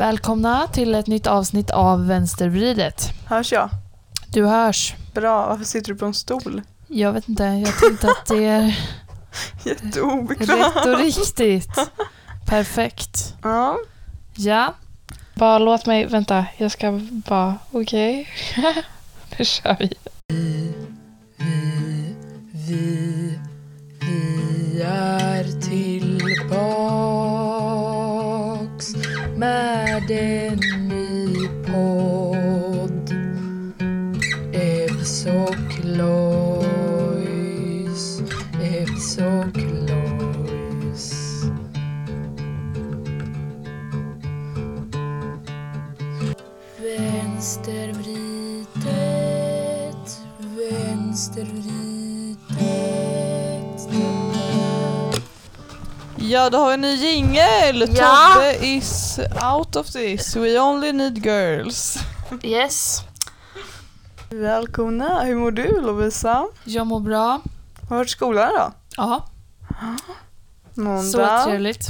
Välkomna till ett nytt avsnitt av Vänstervridet. Hörs jag? Du hörs. Bra, varför sitter du på en stol? Jag vet inte, jag tänkte att det är jätteobekvämt. rätt och riktigt. Perfekt. Ja. Ja. Bara låt mig, vänta, jag ska bara, okej. Nu kör vi. Vi är tillbaks med en ny podd. Ebs och Lois. Ebs och Lois. Vänstervridet. Ja, då har vi en ny jingle. Ja. Tobbe is out of this. We only need girls. Yes. Välkomna. Hur mår du, Lovisa? Jag mår bra. Har du varit i skolan då? Ja. Måndag. Så trevligt.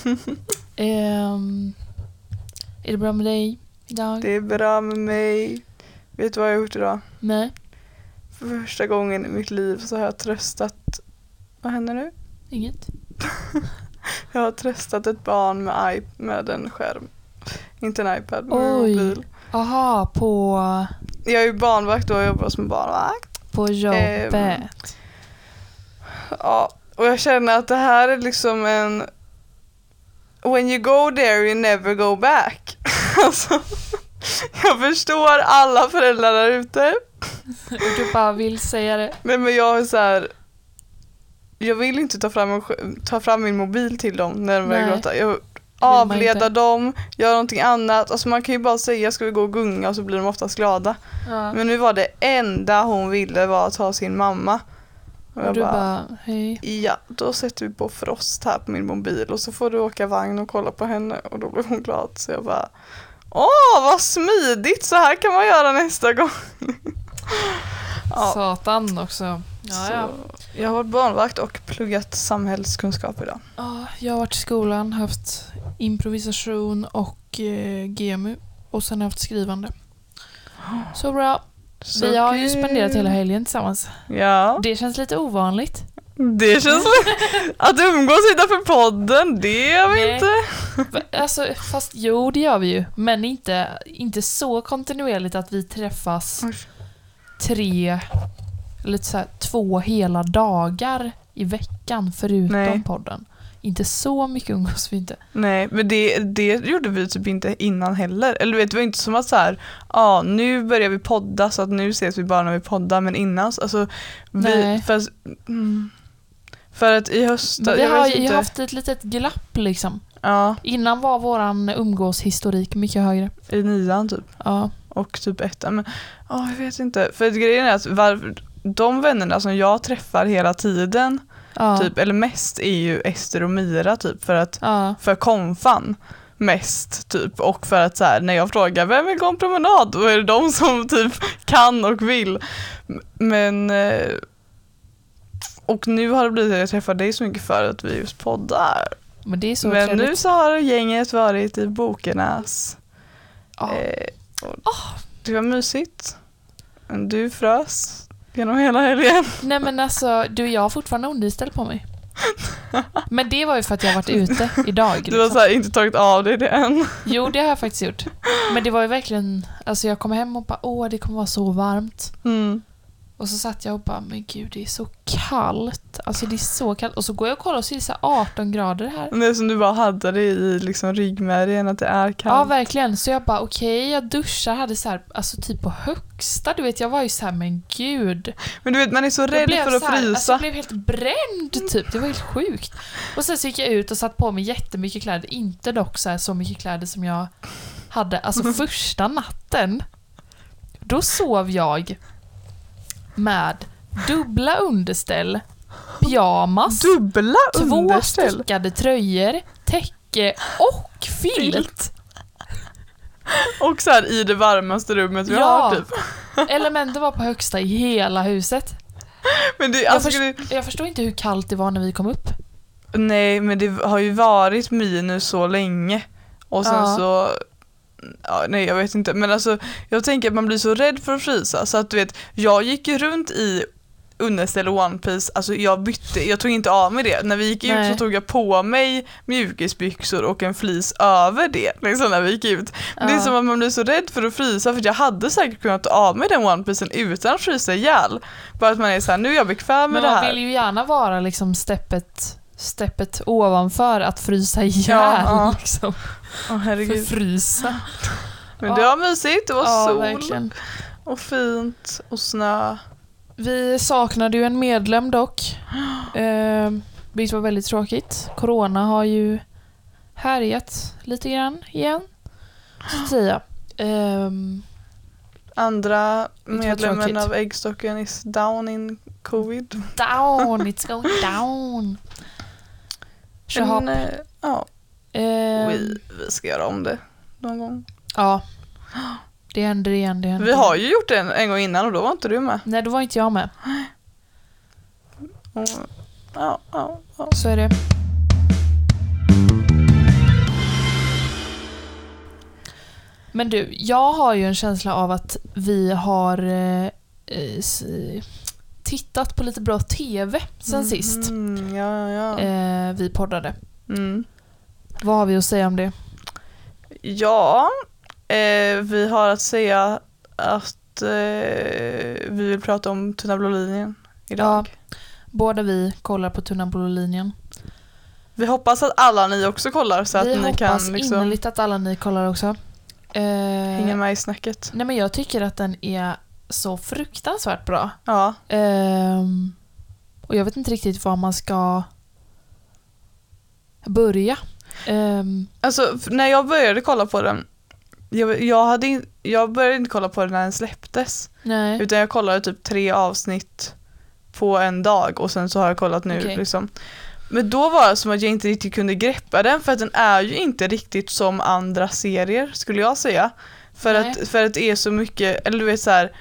Är det bra med dig idag? Det är bra med mig. Vet du vad jag har gjort idag? Nej. För första gången i mitt liv så har jag tröstat... Vad händer nu? Inget. Jag har tröstat ett barn med en skärm. Inte en iPad, men en Oj. mobil. Aha, på Jag är ju barnvakt och jag jobbar som barnvakt. på jobbet. Ja, och jag känner att det här är liksom en... When you go there you never go back. Alltså, jag förstår alla föräldrar där ute. Och du bara vill säga det. Nej, men jag är så här... Jag vill inte ta fram min mobil till dem när de börjar Nej. gråta. Jag man avleda inte. dem, göra någonting annat. Alltså man kan ju bara säga, ska vi gå och gunga, och så blir de oftast glada. Ja. Men nu var det enda hon ville var att ha sin mamma. Och du bara, hej. Ja, då sätter vi på Frost här på min mobil och så får du åka vagn och kolla på henne. Och då blev hon glad, så jag bara, vad smidigt, så här kan man göra nästa gång. Ja. Satan också. Ja, Så ja. jag har varit barnvakt och pluggat samhällskunskap idag. Ja, jag har varit i skolan, haft improvisation och GMU. Och sen har jag haft skrivande. Så bra. Så Vi har ju kul. spenderat hela helgen tillsammans. Ja, Det känns lite ovanligt. det känns att umgås utanför podden, det gör vi Nej. inte. Alltså, fast jo, det gör vi ju. Men inte så kontinuerligt att vi träffas Oj. 2 hela dagar i veckan förutom Nej. podden. Inte så mycket umgås vi inte. Nej, men det gjorde vi typ inte innan heller. Eller vet, det var inte som att så här, nu börjar vi podda så att nu ses vi bara när vi poddar, men innan, alltså Nej. för att i höstas, Vi jag har vet ju inte. haft ett litet glapp liksom. Ja, Innan var våran umgåshistorik mycket högre. i 9 typ. Ja. Och typ 1, men jag vet inte. För att grejen är att de vännerna som jag träffar hela tiden, Ja. typ, eller mest, är ju Ester och Mira typ, Ja. för konfan mest typ, och för att så här, när jag frågar vem vill gå en promenad, då är det de som typ kan och vill. Men och nu har det blivit att jag träffar dig så mycket för att vi just poddar. Men det är så Men trevligt. nu så har gänget varit i Bokenäs. Ja. Det var mysigt. Men du frös genom hela helgen. Nej men alltså, jag har fortfarande underställ på mig. Men det var ju för att jag har varit ute idag. Du har så här inte tagit av dig det än. Jo, det har jag faktiskt gjort. Men det var ju verkligen, alltså jag kom hem och bara, det kommer vara så varmt. Mm. Och så satt jag och bara, men gud, det är så kallt. Alltså det är så kallt. Och så går jag och kollar och så är det så här 18 grader här. Det är som du bara hade det i liksom ryggmärgen, att det är kallt. Ja, verkligen. Så jag bara, okej, jag duschar, hade så här, alltså typ på högsta. Du vet, jag var ju så här, men gud. Men du vet, man är så Jag rädd blev för att så här, frysa. alltså jag blev helt bränd typ. Det var helt sjukt. Och sen så gick jag ut och satt på mig jättemycket kläder. Inte dock så mycket kläder som jag hade. Alltså första natten, då sov jag med dubbla underställ, pyjamas, Dubbla 2 underställ. stickade tröjor, täcke och filt. Och så här i det varmaste rummet vi har typ. Elementen var på högsta i hela huset. Men det, alltså, Jag förstår inte hur kallt det var när vi kom upp. nej, men det har ju varit minus så länge. Och sen så Ja, nej jag vet inte, men alltså jag tänker att man blir så rädd för att frysa så att du vet, jag gick ju runt i underställ och One Piece, alltså jag tog inte av mig det. När vi gick ut så tog jag på mig mjukisbyxor och en flis över det liksom när vi gick ut. Ja. Det är som att man blir så rädd för att frysa, för jag hade säkert kunnat ta av mig den One Piecen utan att frysa ihjäl. Bara att man är så här, nu är jag bekväm med det här. Men man vill ju gärna vara liksom steppet ovanför att frysa ihjäl liksom. Herregud. För frysa. Men det var mysigt, det var sol verkligen. Och fint och snö. Vi saknade ju en medlem dock. Vilket var väldigt tråkigt. Corona har ju härjat lite grann igen. Så att säga. Andra medlemmen av äggstocken is down in covid. Down, it's going down. Vi ska göra om det någon gång. Ja. Det händer igen. Vi har ju gjort det en gång innan och då var inte du med. Nej, då var inte jag med. Ja. Så är det. Men du, jag har ju en känsla av att vi har tittat på lite bra tv sen sist. Ja. Vi poddade. Vad har vi att säga om det? Ja, vi har att säga att vi vill prata om Tunna blå linjen idag. Ja, båda vi kollar på Tunna blå linjen. Vi hoppas att alla ni också kollar så att ni kan Vi hoppas innerligt att alla ni kollar också. Hänga med i snacket. Nej, men jag tycker att den är så fruktansvärt bra. Ja. Och jag vet inte riktigt var man ska börja. Alltså, när jag började kolla på den, jag började inte kolla på den när den släpptes. Nej. Utan jag kollade typ 3 avsnitt på en dag och sen så har jag kollat nu liksom. Men då var det som att jag inte riktigt kunde greppa den, för att den är ju inte riktigt som andra serier skulle jag säga. För att det är så mycket, eller du vet så här,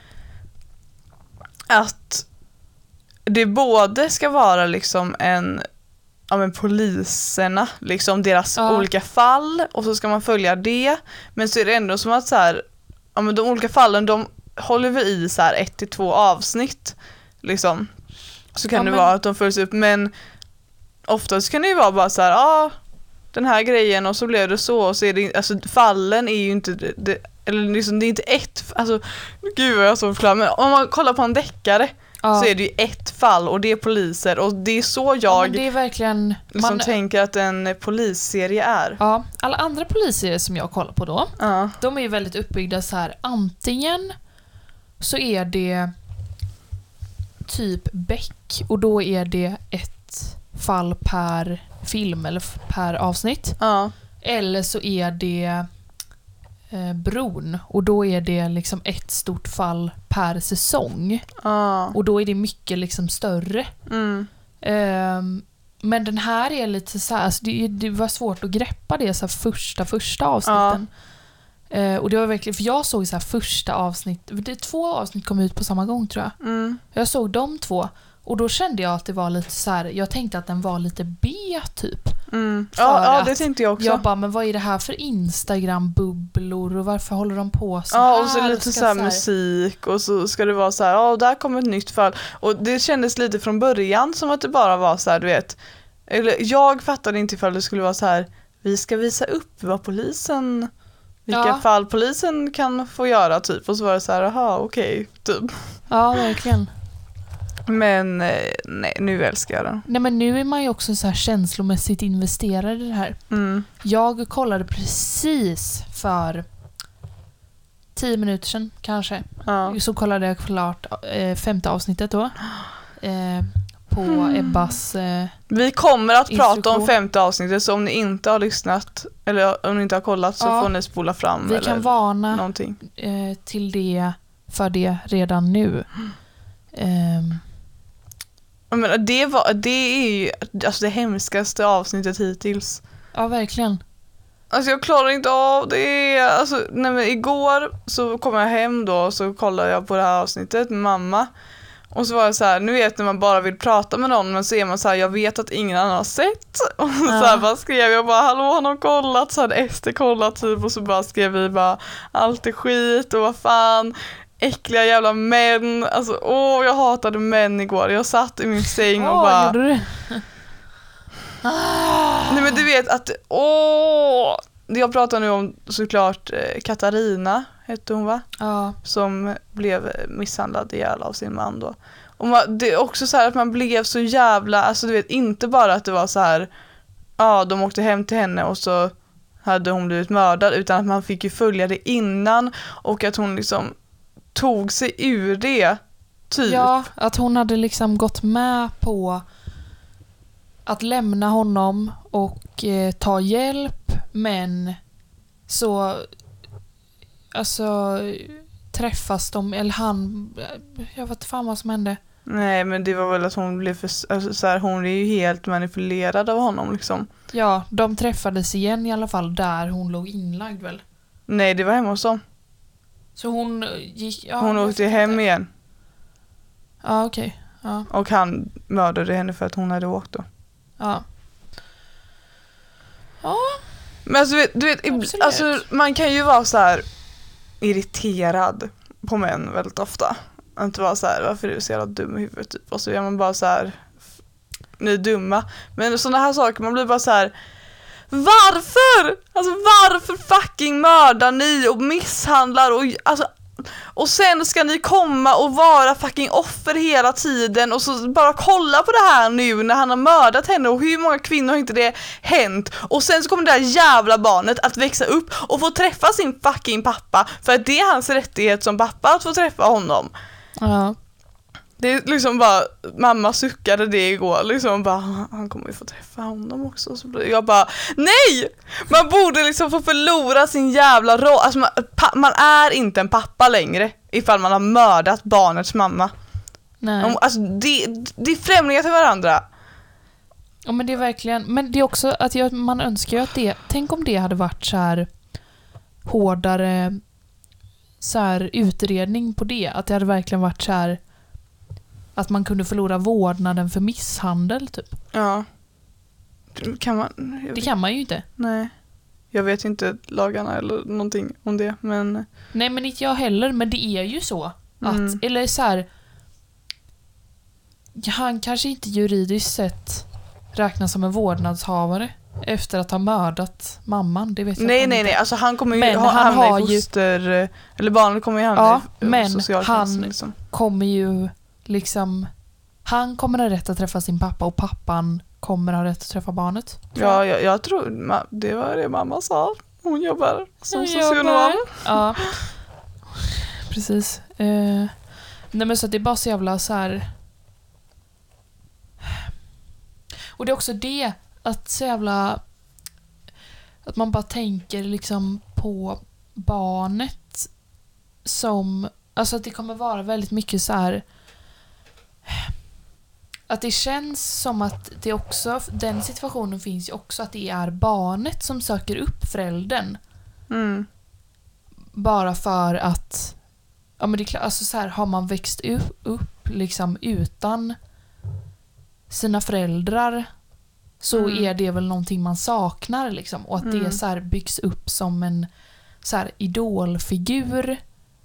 att det både ska vara liksom poliserna, liksom deras olika fall, och så ska man följa det, men så är det ändå som att så här, de olika fallen, de håller vi i så här 1 till 2 avsnitt liksom. Så kan det vara att de följs upp, men oftast kan det ju vara bara så här, den här grejen och så blev det så, och så är det, alltså fallen är ju inte eller liksom, det är inte ett, alltså gud vad jag så förklarar, men om man kollar på en deckare så är det ju ett fall och det är poliser, och det är så jag det är verkligen, liksom tänker att en polisserie är. Ja, alla andra polisserier som jag kollar på då, de är ju väldigt uppbyggda så här, antingen så är det typ Beck och då är det ett fall per film eller per avsnitt. Eller så är det Bron och då är det liksom ett stort fall per säsong. Och då är det mycket liksom större. Men den här är lite så här, alltså det var svårt att greppa det så här första avsnitten. Och det var verkligen, för jag såg så här första avsnitt, det 2 avsnitt kom ut på samma gång tror jag. Jag såg de 2 och då kände jag att det var lite så här, jag tänkte att den var lite B typ. Ja, det tänkte jag också. Jag bara, men vad är det här för Instagram-bubblor och varför håller de på så här? Ja, och så lite så här musik och så ska det vara så här, där kommer ett nytt fall. Och det kändes lite från början som att det bara var så här, du vet. Eller jag fattade inte ifall det skulle vara så här, vi ska visa upp vad vilka fall polisen kan få göra typ. Och så var det så här, okej, typ. Ja, verkligen. Men nej, nu älskar jag den. Nej, men nu är man ju också så här känslomässigt investerad i det här. Jag kollade precis för 10 minuter sedan kanske. Så kollade jag klart 5:e avsnittet då. På Ebbas vi kommer att prata om 5:e avsnittet, så om ni inte har lyssnat eller om ni inte har kollat så får ni spola fram. Vi kan varna någonting. Till det för det redan nu. Men det är ju alltså det hemskaste avsnittet hittills. Ja, verkligen. Alltså jag klarar inte av det. Alltså, igår så kom jag hem då och så kollade jag på det här avsnittet med mamma. Och så var det så här, nu vet när man bara vill prata med någon men så är man så här, jag vet att ingen annan har sett. Och så här bara skrev jag bara, hallå, han har kollat, så hade Ester kollat typ och så bara skrev vi bara, allt är skit och vad fan, äckliga jävla män. Alltså jag hatade män igår. Jag satt i min säng och bara... Gjorde du? Nej men du vet att, jag pratar nu om såklart Katarina, hette hon va? Ja. Som blev misshandlad ihjäl av sin man då. Och det är också så här att man blev så jävla, alltså du vet, inte bara att det var så här, de åkte hem till henne och så hade hon blivit mördad, utan att man fick ju följa det innan och att hon liksom tog sig ur det typ. Ja, att hon hade liksom gått med på att lämna honom och ta hjälp, men så alltså träffas de, eller han, jag vet inte fan vad som hände. Nej, men det var väl att hon blev alltså, så här, hon är ju helt manipulerad av honom liksom. Ja, de träffades igen i alla fall där hon låg inlagd väl. Nej, det var hemma hos dem. Så hon gick... Ja, hon åkte hem igen. Ja, okej. Ja. Och han mördade henne för att hon hade åkt då. Ja. Ja. Men alltså, du vet alltså, man kan ju vara så här irriterad på män väldigt ofta. Inte vara så här, varför är du så jävla dum i huvudet typ. Och så är man bara så här, ni är dumma. Men sådana här saker, man blir bara så här, varför? Alltså varför fucking mördar ni och misshandlar och alltså, och sen ska ni komma och vara fucking offer hela tiden och så bara kolla på det här nu när han har mördat henne och hur många kvinnor har inte det hänt, och sen så kommer det där jävla barnet att växa upp och få träffa sin fucking pappa för att det är hans rättighet som pappa att få träffa honom. Ja. Det är liksom bara, mamma suckade det igår, liksom bara, han kommer ju få träffa honom också. Så jag bara, nej! Man borde liksom få förlora sin jävla roll. Alltså man är inte en pappa längre ifall man har mördat barnets mamma. Nej. Alltså det är främlingar till varandra. Ja, men det är verkligen, men det är också att man önskar ju att det, tänk om det hade varit så här hårdare så här utredning på det, att det hade verkligen varit så här att man kunde förlora vårdnaden för misshandel typ. Ja. Kan man? Det kan man ju inte. Nej. Jag vet inte lagarna eller någonting om det, men... Nej, men inte jag heller, men det är ju så att, eller så här, han kanske inte juridiskt sett räknas som en vårdnadshavare efter att ha mördat mamman, det vet jag inte. Nej, alltså han kommer ju men hamna i foster, eller barnet kommer ju hamna i socialtjänsten. Han liksom. Kommer ju liksom, han kommer ha rätt att träffa sin pappa och pappan kommer ha rätt att träffa barnet. Ja, jag tror det var det mamma sa. Hon jobbar som socionom. Ja, precis. Nej, men så det är bara så jävla så här. Och det är också det att så jävla, att man bara tänker liksom på barnet som, alltså att det kommer vara väldigt mycket så här, att det känns som att det också, den situationen finns ju också, att det är barnet som söker upp föräldern. Bara för att, ja men det är klart, alltså så här, har man växt upp liksom utan sina föräldrar, så är det väl någonting man saknar liksom, och att det så här byggs upp som en så här idolfigur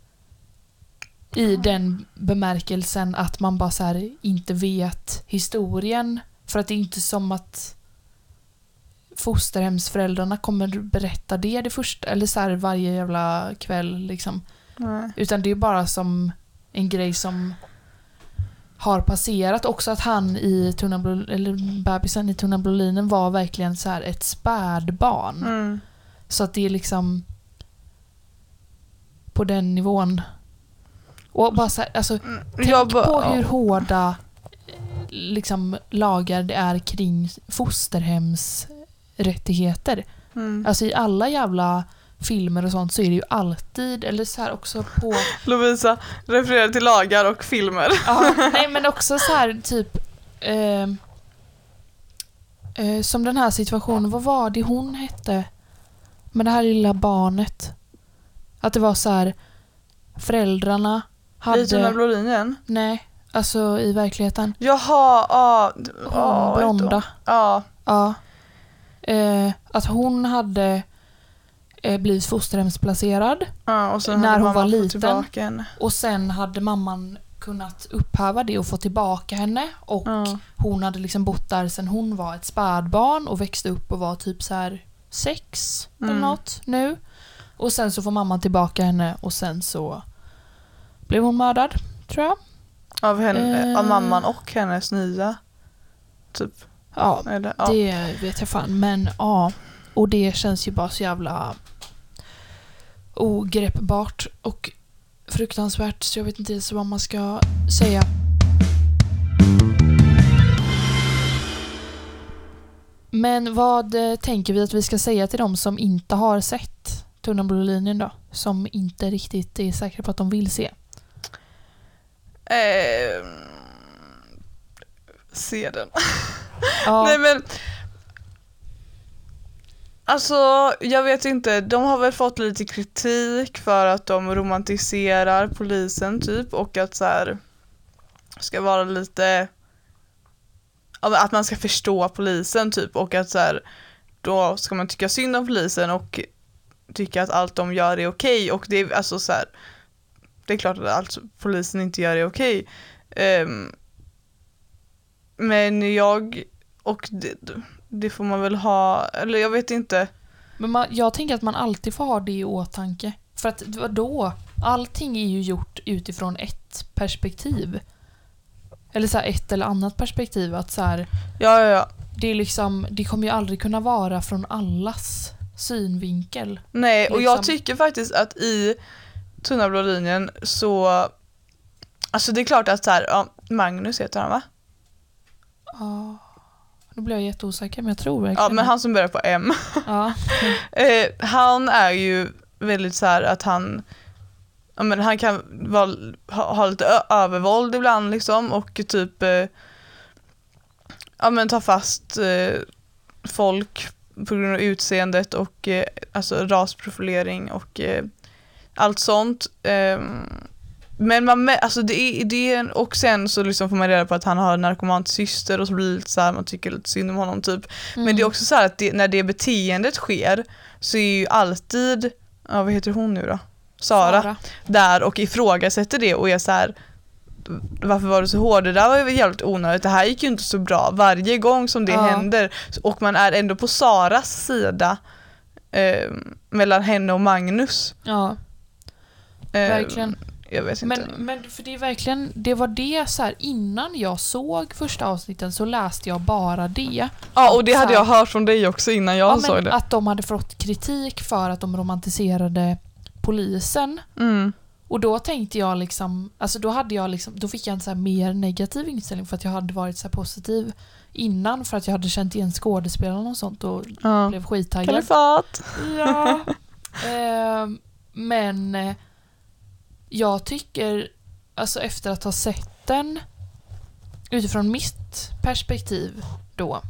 i den bemärkelsen att man bara så här inte vet historien, för att det är inte som att fosterhemsföräldrarna kommer berätta det första, eller så här varje jävla kväll liksom. Utan det är bara som en grej som har passerat. Också att han i eller bebisen i Tunna blå linjen var verkligen så här ett spädbarn. Så att det är liksom på den nivån. Och bara så här, alltså, tänk på hur hårda liksom lagar det är kring fosterhemsrättigheter. Alltså i alla jävla filmer och sånt så är det ju alltid, eller så här också på... Lovisa refererar till lagar och filmer. Ja, nej men också så här typ som den här situationen, vad var det hon hette med det här lilla barnet? Att det var så här, föräldrarna hade... I Tunna blå linjen? Nej, Alltså i verkligheten. Jaha, Hon blonda. Ja. Ja. Att hon hade blivit fosterhemsplacerad Och sen när hade hon mamma var fått liten. tillbaka henne. Och sen hade mamman kunnat upphäva det och få tillbaka henne. Och hon hade liksom bott där sen hon var ett spädbarn och växte upp och var typ så här 6 eller något nu. Och sen så får mamman tillbaka henne och sen så blev hon mördad, tror jag. Av mamman och hennes nya typ. Ja, Eller, ja. det vet jag fan. Men ja, och det känns ju bara så jävla ogreppbart och fruktansvärt, så jag vet inte ens vad man ska säga. Men vad tänker vi att vi ska säga till dem som inte har sett Tunnan blå linjen då? Som inte riktigt är säkra på att de vill se. Se den. Ja. Nej men alltså jag vet inte, de har väl fått lite kritik för att de romantiserar polisen typ, och att så här ska vara lite, att man ska förstå polisen typ, och att så här då ska man tycka synd om polisen och tycka att allt de gör är okej. Och det är alltså så här, det är klart att allt polisen inte gör är okej. Men det får man väl ha, eller jag vet inte. Men jag tänker att man alltid får ha det i åtanke. För att då allting är ju gjort utifrån ett perspektiv. Eller så här ett eller annat perspektiv. Att så här, Ja. det är liksom, det kommer ju aldrig kunna vara från allas synvinkel. Nej, och liksom. jag tycker faktiskt att i Tunna blå linjen så, alltså det är klart att så här, Magnus heter han va? Ja, då blir jag jätteosäker, men jag tror verkligen. Ja, men han som börjar på M. Ja. Han är ju väldigt så här att han kan ha lite övervåld ibland liksom, och typ ta fast folk på grund av utseendet och alltså rasprofilering och allt sånt. Men alltså det är, och sen så liksom får man reda på att han har en narkomant syster, och så blir det lite så här, man tycker lite synd om honom typ. Men det är också så här att när det beteendet sker så är ju alltid, vad heter hon nu då? Sara där och ifrågasätter det och är så här, varför var du så hård? Det där var ju jävligt onödigt. Det här gick ju inte så bra varje gång som det händer. Och man är ändå på Saras sida mellan henne och Magnus. Ja. Verkligen. Jag vet inte. Men för det är verkligen, det var det så här, innan jag såg första avsnitten så läste jag bara det. Ja, och det hade jag hört från dig också innan jag såg det. Att de hade fått kritik för att de romantiserade polisen. Och då tänkte jag liksom, alltså då fick jag en så här mer negativ inställning för att jag hade varit så här positiv innan, för att jag hade känt igen skådespelarna och sånt och blev skittaggad. Kalifat! Ja. Men jag tycker, alltså efter att ha sett den utifrån mitt perspektiv då,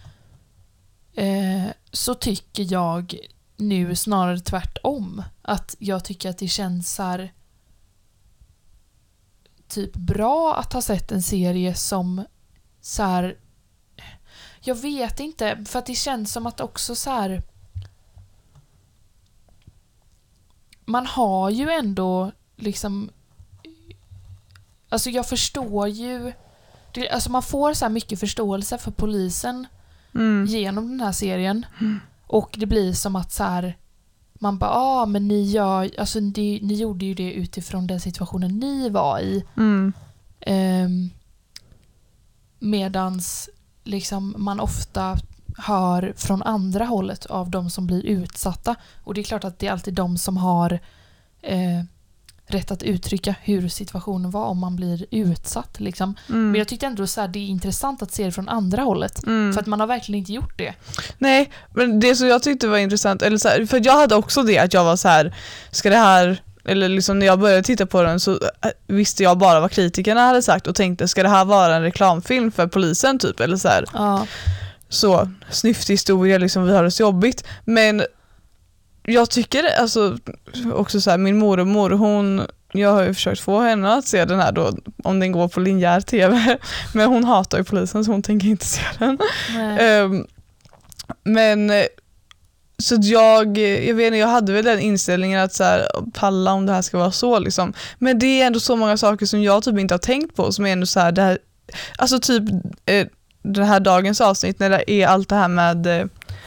så tycker jag nu snarare tvärtom. Att jag tycker att det känns så här, typ bra att ha sett en serie som så här, jag vet inte, för att det känns som att också så här, man har ju ändå liksom, alltså jag förstår ju alltså man får så här mycket förståelse för polisen genom den här serien. Och det blir som att så här, man bara, men ni gjorde ju det utifrån den situationen ni var i. Medans liksom man ofta hör från andra hållet av de som blir utsatta. Och det är klart att det är alltid de som har rätt att uttrycka hur situationen var om man blir utsatt liksom. Men jag tyckte ändå så här, det är intressant att se det från andra hållet, för att man har verkligen inte gjort det. Nej, men det som jag tyckte var intressant, eller så här, för jag hade också det att jag var så här, ska det här, eller liksom när jag började titta på den så visste jag bara vad kritikerna hade sagt och tänkte, ska det här vara en reklamfilm för polisen typ, eller så här. Så snyfthistoria liksom, vi har det så jobbigt. Men jag tycker alltså också så här, min mormor, hon jag har ju försökt få henne att se den här då, om den går på linjär tv, men hon hatar ju polisen så hon tänker inte se den. Men så jag vet inte, jag hade väl den inställningen att så här, palla om det här ska vara så liksom. Men det är ändå så många saker som jag typ inte har tänkt på som är ändå så här, det här, alltså typ det här dagens avsnitt när det är allt det här med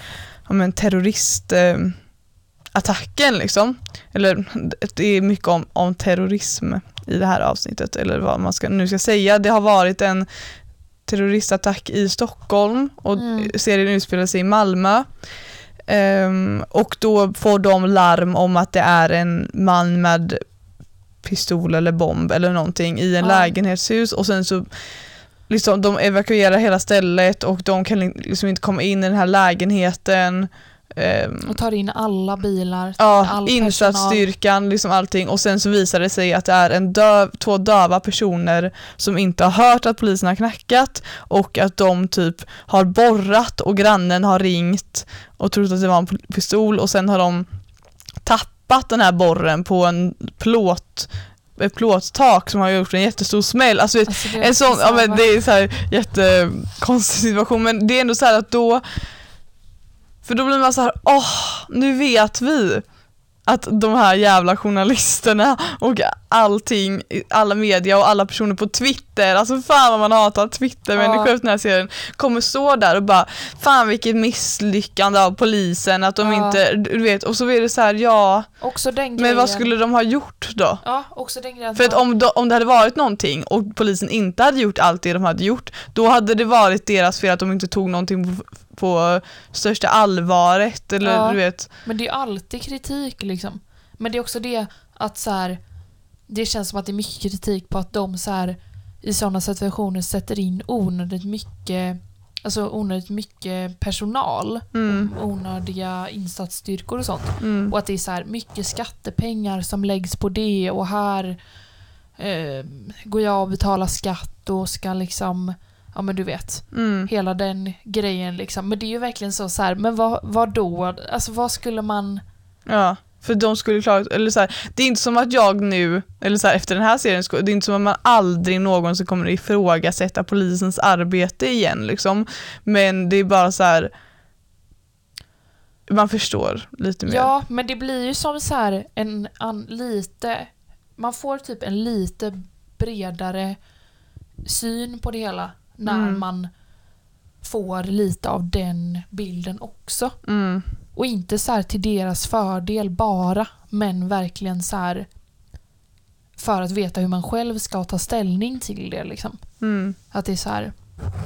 terroristattacken liksom. Eller det är mycket om terrorism i det här avsnittet eller vad man nu ska säga. Det har varit en terroristattack i Stockholm och serien utspelar sig i Malmö. Och då får de larm om att det är en man med pistol eller bomb eller någonting i en lägenhetshus och sen så liksom de evakuerar hela stället och de kan liksom inte komma in i den här lägenheten. Och tar in alla bilar, all insatsstyrkan, liksom allting, och sen så visar det sig att det är två döva personer som inte har hört att polisen har knackat och att de typ har borrat och grannen har ringt och trott att det var en pistol och sen har de tappat den här borren på ett plåttak som har gjort en jättestor smäll. Alltså en sån, men det är så här jättekonstig situation, men det är ändå så här att då, för då blir man så här, nu vet vi att de här jävla journalisterna och allting, alla media och alla personer på Twitter, alltså fan vad man hatar Twitter-människor efter den här serien, kommer stå där och bara, fan vilket misslyckande av polisen att de inte, du vet, och så är det så här, också den grejen. Men vad skulle de ha gjort då? Ja, också den grejen. För att om det hade varit någonting och polisen inte hade gjort allt det de hade gjort, då hade det varit deras fel att de inte tog någonting på största allvaret eller du vet. Men det är alltid kritik liksom. Men det är också det att så här, det känns som att det är mycket kritik på att de så här, i sådana situationer sätter in onödigt mycket personal, onödiga insatsstyrkor och sånt. Och att det är så här mycket skattepengar som läggs på det och här går jag och betalar skatt och ska liksom, ja men du vet, hela den grejen liksom. Men det är ju verkligen så här, men vad då? Alltså vad skulle man... Ja, för de skulle klara, eller så här, det är inte som att jag nu, eller så här, efter den här serien, det är inte som att man aldrig någonsin kommer ifrågasätta polisens arbete igen liksom. Men det är bara så här, man förstår lite mer. Ja, men det blir ju som så här man får typ en lite bredare syn på det hela när man får lite av den bilden också. Och inte så här till deras fördel bara, men verkligen så här för att veta hur man själv ska ta ställning till det liksom. Att det är så här,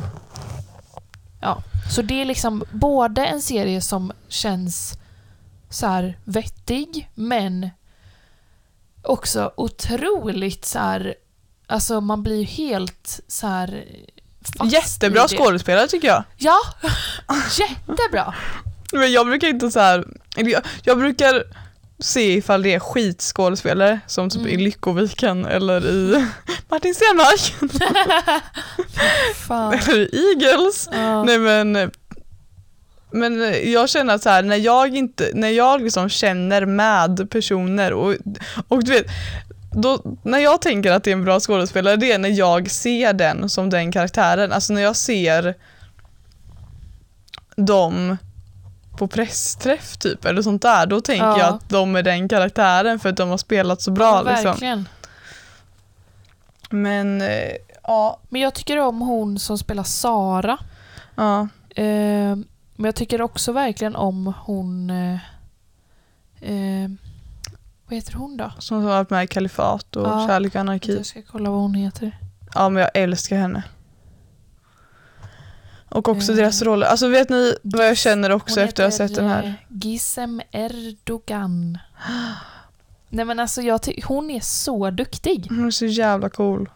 ja, så det är liksom både en serie som känns så här vettig men också otroligt så här, alltså man blir helt så här fast. Jättebra skådespelare tycker jag. Ja, jättebra. Men jag brukar inte så här, jag brukar se ifall det är skitskådespelare som typ i Lyckoviken eller i Martin Stenmark eller i Eagles. Nej men jag känner att så här, när jag liksom känner med personer och du vet då, när jag tänker att det är en bra skådespelare, det är när jag ser den som den karaktären. Alltså när jag ser dem på pressträff typ eller sånt där, då tänker jag att de är den karaktären för att de har spelat så bra verkligen. Liksom. Men men jag tycker om hon som spelar Sara. Men jag tycker också verkligen om hon vad heter hon då? Som har varit med i Kalifat och Kärlek och anarki. Jag ska kolla vad hon heter. Ja, men jag älskar henne. Och också deras roller. Alltså vet ni vad jag känner också efter att ha sett den här? Gizem Erdogan. Nej men alltså hon är så duktig. Hon är så jävla cool.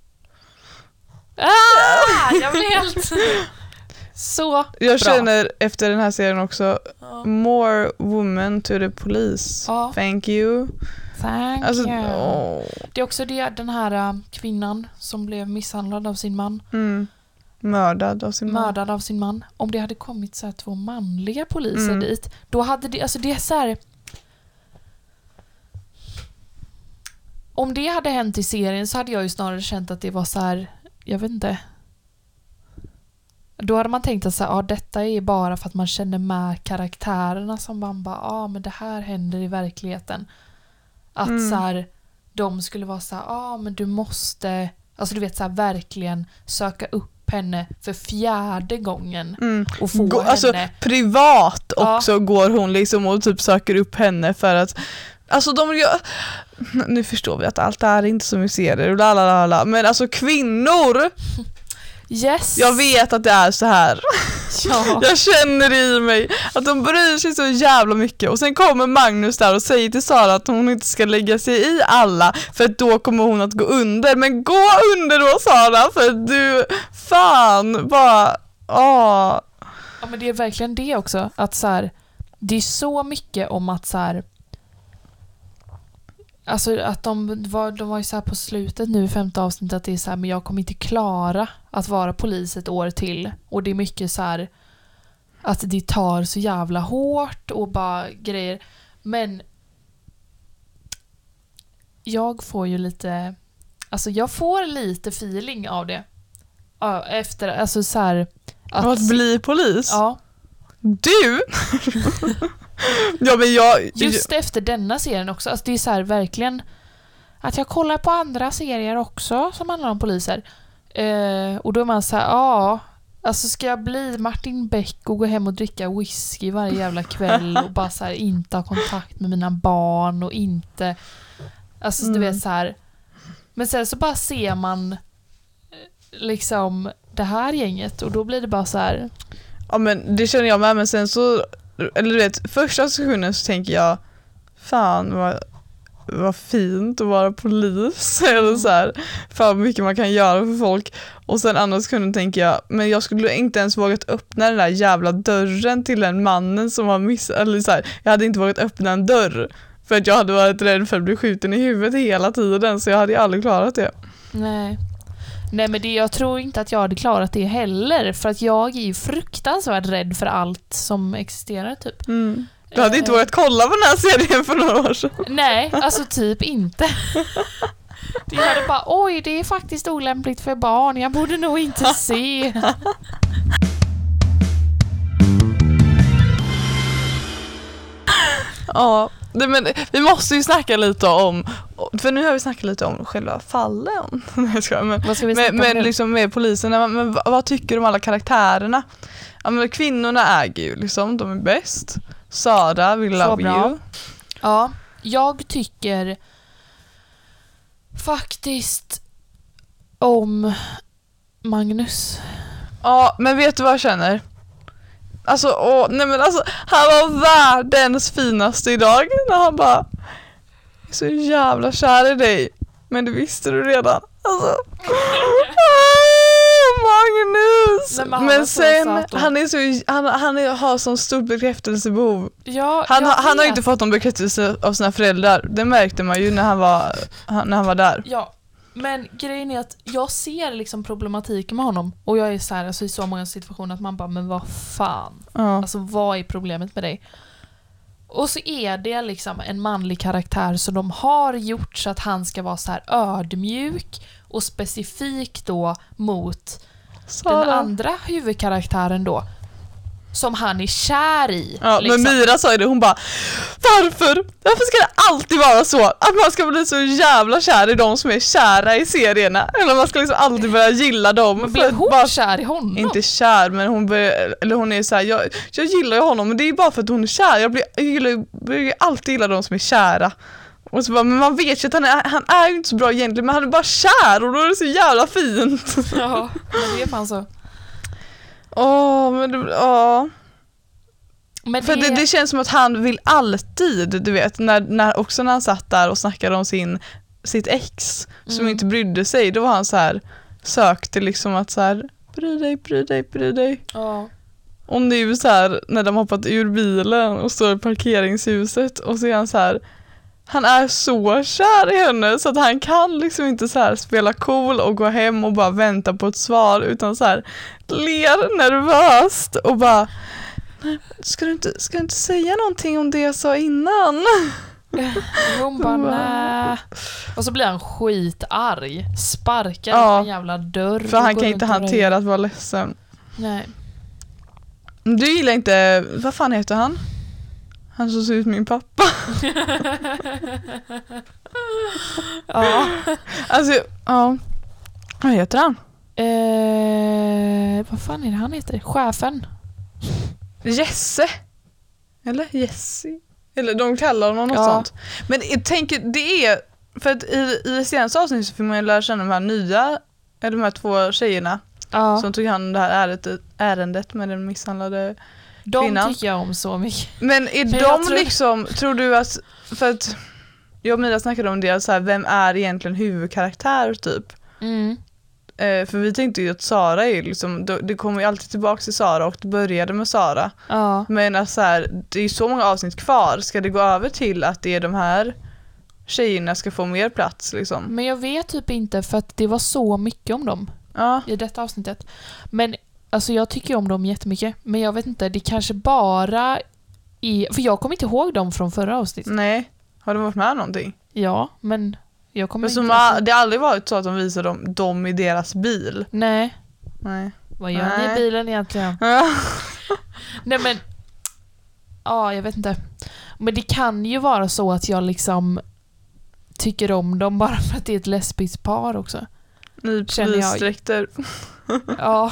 Jag blir helt så jag känner efter den här serien också more women to the police. Thank you. Thank you. Det är också den här kvinnan som blev misshandlad av sin man. Mördad av sin man. Om det hade kommit så här 2 manliga poliser dit, då hade det, alltså det är så här, om det hade hänt i serien så hade jag ju snarare känt att det var så här, jag vet inte. Då hade man tänkt att så här, detta är bara för att man känner med karaktärerna som man bara, men det här händer i verkligheten. Att så här, de skulle vara så här, men du måste, alltså du vet så här, verkligen söka upp henne för 4:e gången och få henne. Alltså privat också går hon liksom och typ söker upp henne för att alltså nu förstår vi att allt är inte som vi ser det, men alltså kvinnor. Yes. Jag vet att det är så här. Ja. Jag känner i mig att de bryr sig så jävla mycket. Och sen kommer Magnus där och säger till Sara att hon inte ska lägga sig i alla, för att då kommer hon att gå under. Men gå under då, Sara, för att du fan bara Ja, men det är verkligen det också, att så här, det är så mycket om att så här, alltså att de var ju så här på slutet nu i 5:e avsnittet, att det är så här, men jag kommer inte klara att vara polis ett år till. Och det är mycket så här att det tar så jävla hårt och bara grejer. Men jag får ju lite, alltså jag får lite feeling av det. Efter, alltså så här att bli polis? Ja. Du? Ja, men just efter denna serien också. Alltså det är så här verkligen att jag kollar på andra serier också som handlar om poliser. Och då är man så här, alltså ska jag bli Martin Beck och gå hem och dricka whisky varje jävla kväll och bara så här inte ha kontakt med mina barn och inte, alltså du vet så här. Men sen så bara ser man liksom det här gänget och då blir det bara så här. Ja, men det känner jag med, men sen så, eller du vet, första sekunden så tänker jag, fan vad fint att vara polis eller så här, för mycket man kan göra för folk. Och sen andra sekunden tänker jag, men jag skulle inte ens vågat öppna den där jävla dörren till den mannen som har eller så här, jag hade inte vågat öppna en dörr för att jag hade varit rädd för att bli skjuten i huvudet hela tiden, så jag hade ju aldrig klarat det. Nej, men jag tror inte att jag hade klarat det heller, för att jag är ju fruktansvärt rädd för allt som existerar typ. Du hade inte vågat kolla på den här serien för några år sedan. Nej, alltså typ inte. Det hade bara, oj, det är faktiskt olämpligt för barn, jag borde nog inte se. Ja, men vi måste ju snacka lite om, för nu har vi snackat lite om själva fallen. Vad ska vi snacka men liksom med poliserna, men vad tycker du om alla karaktärerna? Ja, men kvinnorna äger ju liksom, de är bäst. Sara, we love you. Ja, jag tycker faktiskt om Magnus. Ja, men vet du vad jag känner? Alltså, han var världens finaste idag när han bara, jag är så jävla kär i dig, men det visste du redan. Alltså, Magnus. Men sen han har sån stort bekräftelsebehov. Ja, han har inte fått någon bekräftelse av sina föräldrar. Det märkte man ju när han var där. Ja. Men grejen är att jag ser liksom problematiken med honom. Och jag är så här, alltså i så många situationer att man bara, men vad fan? Alltså vad är problemet med dig? Och så är det liksom en manlig karaktär som de har gjort så att han ska vara så här ödmjuk och specifik då mot den andra huvudkaraktären då, som han är kär i. Ja, liksom. Men Mira sa ju det, hon bara, varför ska det alltid vara så att man ska bli så jävla kär i de som är kära i serierna, eller man ska liksom alltid börja gilla dem. Men blev hon bara kär i honom? Inte kär, men hon är så här, jag gillar ju honom, men det är bara för att hon är kär. Jag börjar alltid gilla de som är kära. Och så bara, men man vet ju att han är ju inte så bra egentligen, men han är bara kär och då är det så jävla fint. Ja, men det är fan så. Men för det känns som att han vill alltid, du vet, när han satt där och snackade om sitt ex som inte brydde sig, då var han så här, sökte liksom att så här, bry dig. Ja. Och nu så här, när de hoppat ur bilen och står i parkeringshuset och så är han så här, han är så kär i henne så att han kan liksom inte så här spela cool och gå hem och bara vänta på ett svar, utan så här ler nervöst och bara, ska du inte säga någonting om det jag sa innan? Hon bara nej. Och så blir han skitarg. Sparkar en jävla dörr. För han kan inte hantera att vara ledsen. Nej. Du gillar inte, vad fan heter han? Han som ser ut min pappa. Ja. Alltså, ja. Vad heter han? Vad fan är det han heter? Chefen. Jesse. Eller Jesse. Eller de kallar honom något sånt. Men jag tänker, det är för att i det senaste avsnittet så får man lära känna de här nya, eller de här 2 tjejerna som tog hand om det här ärendet med den misshandlade kvinnan. De tycker jag om så mycket. Men är de liksom, tror du att, för att jag och Mira snackade om det, så här, vem är egentligen huvudkaraktär typ? För vi tänkte ju att Sara är liksom, det kommer ju alltid tillbaka till Sara och det började med Sara. Men alltså här, det är så många avsnitt kvar. Ska det gå över till att det är de här tjejerna ska få mer plats liksom? Men jag vet typ inte, för att det var så mycket om dem i detta avsnittet. Men alltså jag tycker om dem jättemycket. Men jag vet inte, det kanske bara är, för jag kommer inte ihåg dem från förra avsnittet. Nej, har de varit med någonting? Ja, men jag kommer inte det har aldrig varit så att de visar dem i deras bil. Nej. Vad gör ni i bilen egentligen? Nej men jag vet inte. Men det kan ju vara så att jag liksom tycker om dem bara för att det är ett lesbiskt par också. Ni polisdräkter. Ja.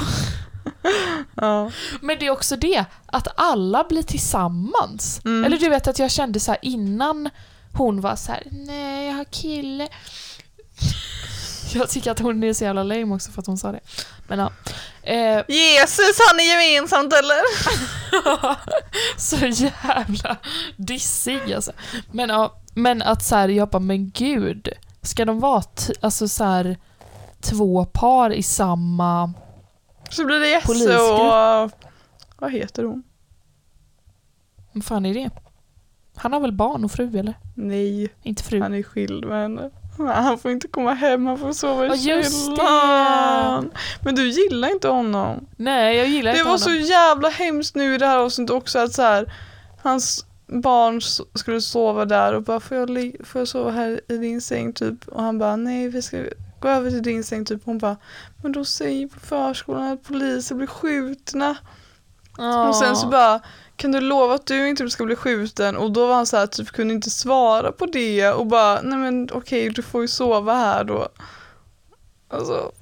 Men det är också det att alla blir tillsammans. Eller du vet att jag kände så här innan hon var så här: nej, jag har kille. Jag tycker att hon är så jävla lame också för att hon sa det. Men ja. Jesus, han är gemensamt eller? Så jävla dissig alltså. Men att så här, jag bara, men gud, ska de vara alltså så här 2 par i samma så blir det Jesse och vad heter hon? Vad fan är det? Han har väl barn och fru eller? Nej, inte fru. Han är skild med henne. Han får inte komma hem, han får sova i just källaren. Men du gillar inte honom. Nej, jag gillar inte honom. Det var så jävla hemskt nu i det här avsnittet också att så här, hans barn skulle sova där och bara får jag sova här i din säng typ, och han bara nej, vi ska gå över till din säng typ. Hon bara, men då säger på förskolan att poliser blir skjutna. Och sen så bara, kan du lova att du inte ska bli skjuten? Och då var han så här, typ kunde inte svara på det och bara, nej men okej, du får ju sova här då. Alltså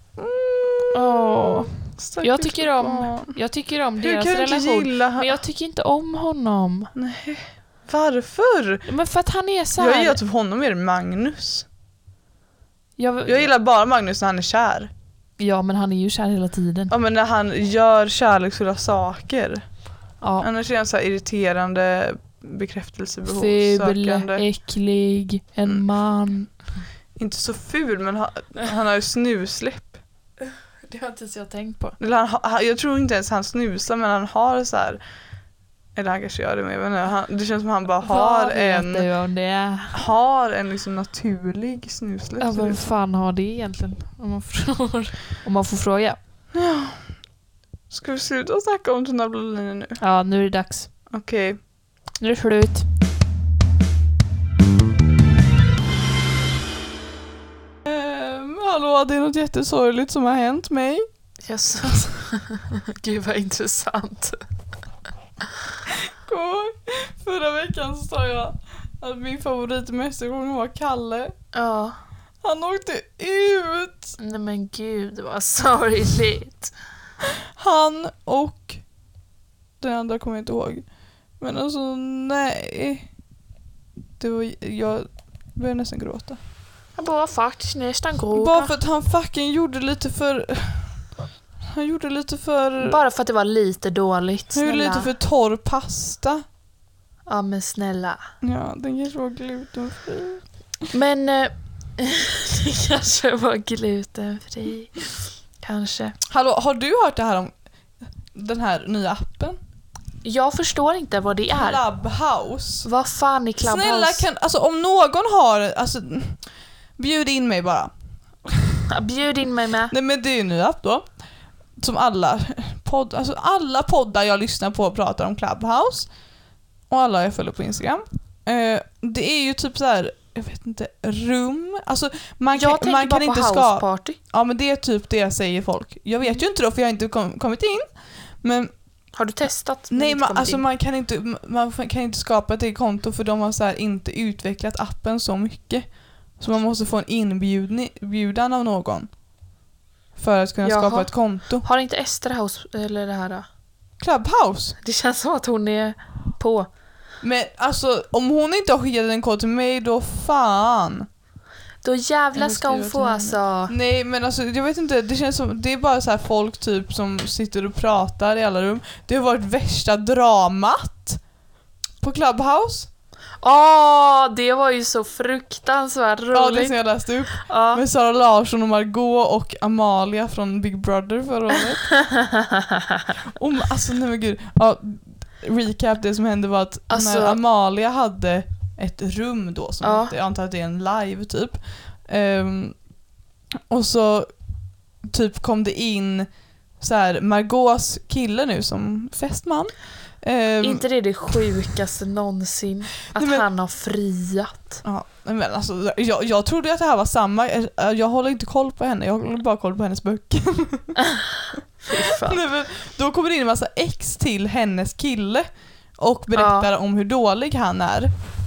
jag tycker om deras relation, men jag tycker inte om honom. Nej. Varför? Men för att han är så här... Jag gillar typ honom mer än Magnus. Jag gillar bara Magnus när han är kär. Ja, men han är ju kär hela tiden. Ja, men när han gör kärleksfulla saker. Ja. Annars är han så här irriterande, bekräftelsebehov, ful, sökande. äcklig, en man. Inte så ful, men han har ju snusläpp. Det har inte jag tänkt på. Eller jag tror inte ens han snusar, men han har så här, eller han kanske gör det med, men det känns som han bara har en liksom naturlig snusläpp. Ja, vem fan har det egentligen? Om man får fråga. Ja. Ska vi sluta snacka om Tunna blå linjer nu? Ja, nu är det dags. Okej. Nu är det slut. Hallå, det är något jättesorgligt som har hänt mig. Yes. Gud vad intressant. Förra veckan så sa jag att min favorit i mästergången var Kalle. Ja. Han åkte ut. Nej men gud, det var sorgligt. Han och den andra kommer jag inte ihåg. Men alltså nej. Jag började nästan gråta. Jag bara faktiskt nästan gråta. Bara för att han fucking gjorde lite för... Han gjorde lite för... Bara för att det var lite dåligt. Han gjorde lite för torr pasta. Ja men snälla. Ja, den kanske var glutenfri. Men det kanske var glutenfri. Kanske. Hallå, har du hört det här om den här nya appen? Jag förstår inte vad det är. Clubhouse. Vad fan är Clubhouse? Snälla, alltså om någon har... Alltså, bjud in mig bara. Bjud in mig med. Nej, men det är en ny app då. Som alla poddar jag lyssnar på pratar om Clubhouse. Och alla jag följer på Instagram. Det är ju typ så här, jag vet inte, rum. Alltså man kan, Jag tänker man bara kan på inte houseparty. Ja, men det är typ det säger folk. Jag vet ju inte då, för jag har inte kommit in. Men Har du testat? nej, man kan inte skapa ett konto, för de har så här inte utvecklat appen så mycket. Så man måste få en inbjudan av någon för att kunna skapa ett konto. Har inte Ester House eller det här? Clubhouse? Det känns som att hon är på. Men alltså, om hon inte har skickat en kod till mig, då fan. Då jävlar ska hon få alltså. Nej, men alltså jag vet inte, det känns som det är bara så här folk typ som sitter och pratar i alla rum. Det har varit värsta dramat på Clubhouse. Det var ju så fruktansvärt roligt. Ja, det som jag läste upp. Ja. Med Sara Larsson och Margot och Amalia från Big Brother förra året. Alltså nej men gud. Ja, recap, det som hände var att när Amalia hade ett rum då som jag antar att det är en live typ. Och så typ kom det in så här Margaux kille nu som festman. Inte det sjukaste någonsin att han har friat. Ja, men alltså jag trodde att det här var samma. Jag håller inte koll på henne. Jag håller bara koll på hennes böcker. Nej, men då kommer det in en massa ex till hennes kille och berättar om hur dålig han är.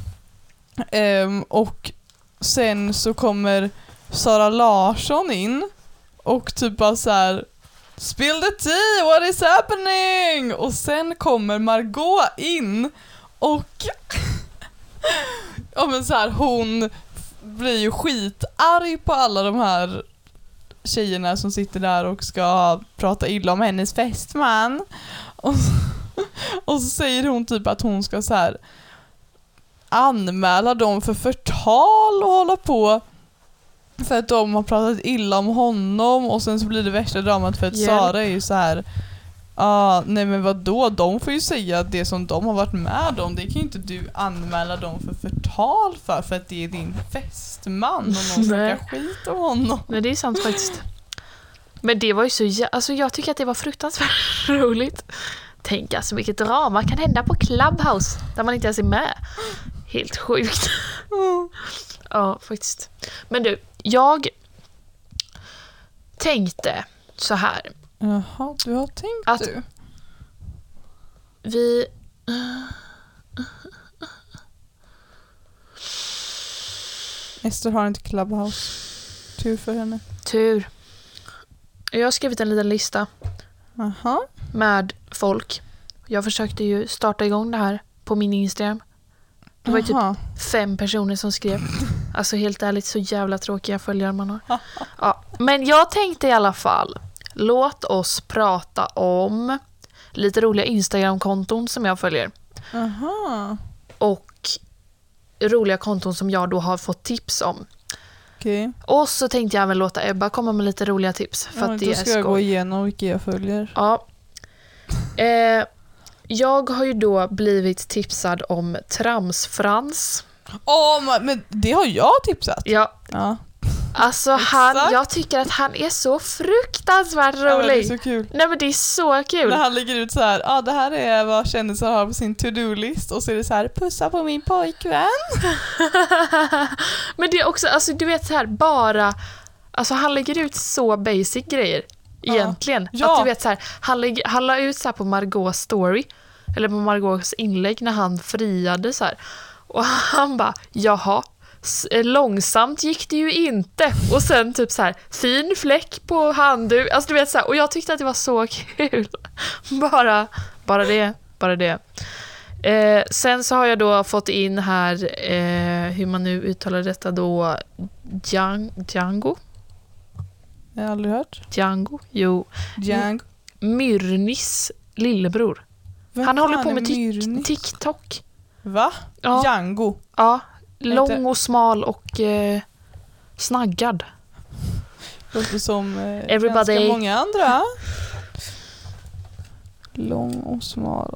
Och sen så kommer Sara Larsson in och typ bara så här: spill the tea, what is happening? Och sen kommer Margot in och ja men så här, hon blir ju skitarg på alla de här tjejerna som sitter där och ska prata illa om hennes fästman. Och så säger hon typ att hon ska så här anmäla dem för förtal och hålla på för att de har pratat illa om honom. Och sen så blir det värsta dramat för att Sara är ju så här: nej men vadå, de får ju säga det som de har varit med om. Det kan ju inte du anmäla dem för förtal för att det är din fästman och någon snackar skit om honom. Nej, det är sant faktiskt. Men det var ju så alltså jag tycker att det var fruktansvärt roligt. Tänk alltså vilket drama kan hända på Clubhouse där man inte ens är med. Helt sjukt. Ja, faktiskt. Men du, jag tänkte så här. Jaha, du har tänkt att du? Vi... Ester har inte Clubhouse. Tur för henne. Tur. Jag har skrivit en liten lista. Aha. Med folk. Jag försökte ju starta igång det här på min Instagram. Det var ju typ 5 personer som skrev. Alltså helt ärligt, så jävla tråkiga följare man har. Ja, men jag tänkte i alla fall, låt oss prata om lite roliga Instagram-konton som jag följer. Aha. Och roliga konton som jag då har fått tips om. Okay. Och så tänkte jag väl låta Ebba komma med lite roliga tips. För att det är skoj. Då ska jag gå igenom vilka jag följer. Ja. Jag har ju då blivit tipsad om Tramsfrans. Men det har jag tipsat. Ja. Alltså jag tycker att han är så fruktansvärt rolig. Ja, det är så kul. Nej men det är så kul. När han lägger ut så här: det här är vad kändisar har på sin to-do-list. Och så är det så här: pussa på min pojkvän. Men det är också, alltså du vet så här, bara, alltså han lägger ut så basic grejer. Egentligen. Ja. Att du vet så här, han la ut så här på Margaux story. Eller på Margaux inlägg när han friade så här. Och han bara, jaha, långsamt gick det ju inte. Och sen typ så här, fin fläck på handduk. Alltså du vet så här, och jag tyckte att det var så kul. Bara det. Sen så har jag då fått in här hur man nu uttalar detta då, Django. Jag har aldrig hört. Django, jo. Django. Myrnis lillebror. Han håller på med TikTok. Va? Ja. Django. Ja, lång och smal och snaggad. Låter som Everybody. ganska många andra. Lång och smal.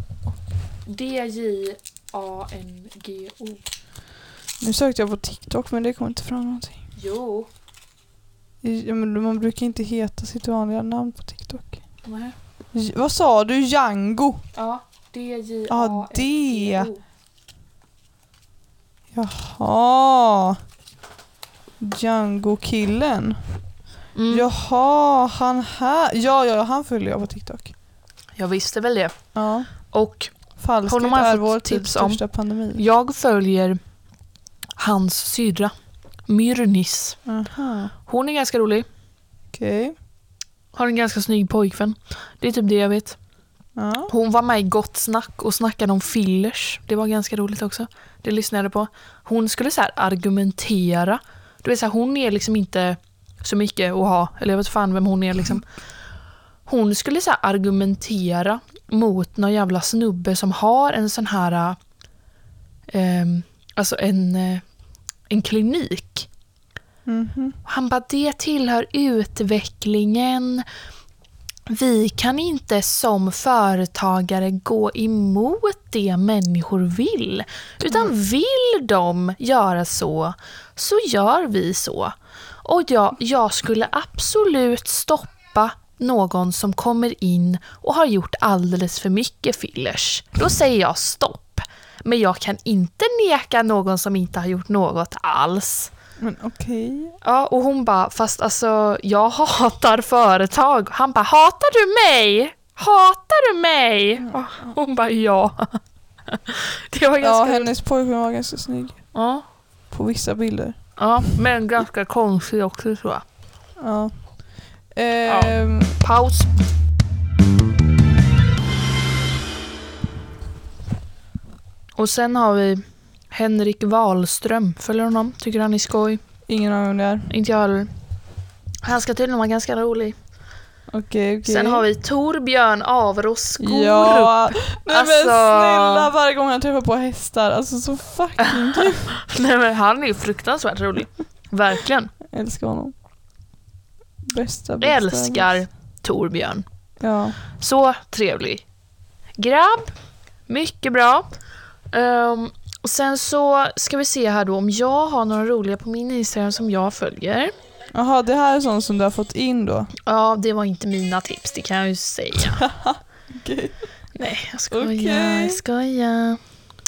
DJANGO. Nu sökte jag på TikTok men det kom inte fram någonting. Jo. Ja, men man brukar inte heta sitt vanliga namn på TikTok. Nej. Vad sa du? Django? Ja, DJANGO. Ja, det. Jaha. Django-killen. Jaha, han här. Ja, han följer jag på TikTok. Jag visste väl det. Ja. Och Falskhet honom har jag är fått vår tips tips om. största pandemi. Jag följer hans syrra, Myrnis. Aha. Hon är ganska rolig. Okej. Har en ganska snygg pojkvän. Det är typ det jag vet. Ja. Hon var med i Gott snack och snackade om fillers. Det var ganska roligt också. Det lyssnade jag på. Hon skulle så här argumentera. Du vet så här, hon är liksom inte så mycket att ha. Eller jag vet fan vem hon är liksom. Hon skulle så här argumentera mot någon jävla snubbe som har en sån här alltså en klinik. Han bara, det tillhör utvecklingen. Vi kan inte som företagare gå emot det människor vill. Utan vill de göra så gör vi så. Och jag skulle absolut stoppa någon som kommer in och har gjort alldeles för mycket fillers. Då säger jag stopp. Men jag kan inte neka någon som inte har gjort något alls. Men okej. Ja, och hon bara, fast alltså jag hatar företag. Han bara, hatar du mig? Hatar du mig? Och hon bara, ja. Det var ganska hennes pojkvän var ganska snygg. Ja. På vissa bilder. Ja, men ganska konstig också tror jag. Ja. Paus. Och sen har vi Henrik Wahlström. Följer honom? Tycker han är skoj? Ingen aning om det är. Inte jag heller. Han ska tydligen vara ganska rolig. Okej. Sen har vi Torbjörn Avros Skorup. Ja, nej Alltså- men snälla, varje gång han träffar på hästar. Alltså så fucking kul. Nej, men han är ju fruktansvärt rolig. Verkligen. Älskar honom. Bästa. Älskar Torbjörn. Ja. Så trevlig. Grabb. Mycket bra. Och sen så ska vi se här då om jag har några roliga på min Instagram som jag följer. Jaha, det här är sånt som du har fått in då? Ja, det var inte mina tips, det kan jag ju säga. Okej. Nej, jag skojar. Okej. Jag skojar.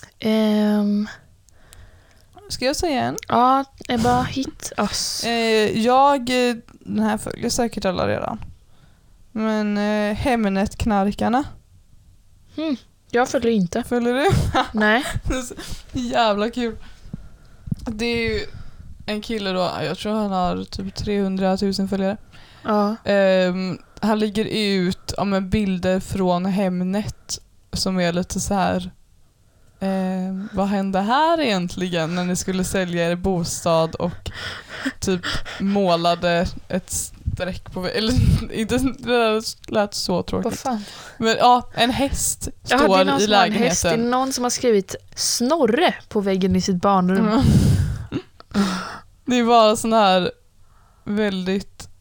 Ska jag säga en? Ja, Ebba, hit oss. Den här följer säkert alla redan. Men Hemnet-knarkarna. Jag följer inte. Följer du? Nej. Jävla kul. Det är ju en kille då, jag tror han har typ 300 000 följare. Ja. Han lägger ut bilder från Hemnet som är lite så här. Vad hände här egentligen när ni skulle sälja er bostad och typ målade ett streck på eller inte, det lät så tråkigt. Vad fan? Men ja, en häst Ja, det är står någon i som har en häst. Det är lägenheten. någon som har skrivit Snorre på väggen i sitt barnrum. Det är bara sån här väldigt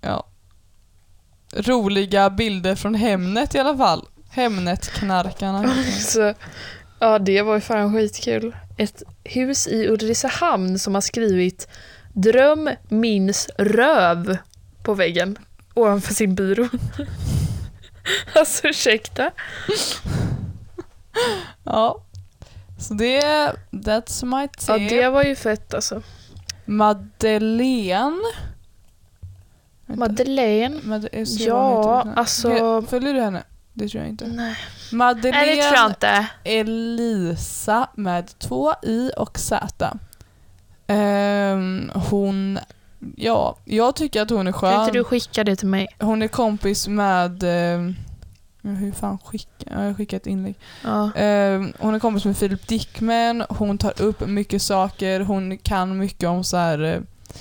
roliga bilder från Hemnet i alla fall. Hemnet-knarkarna. Så, ja, det var ju fan skitkul. Ett hus i Ulricehamn som har skrivit Dröm minns röv på väggen ovanför sin byrå. Alltså, ursäkta. Ja. Så that's my tip. Ja, det var ju fett alltså. Madeleine. Madeleine. Ja, alltså... Följer du henne? Det tror jag inte. Nej. Nej, det Madeleine tror jag inte. Elisa med 2 i och z. Hon, jag tycker att hon är skön. Kan inte du skicka det till mig? Hon är kompis med hur fan jag skickar ett inlägg. Ja. Hon är kompis med Philip Dickman. Hon tar upp mycket saker. Hon kan mycket om så här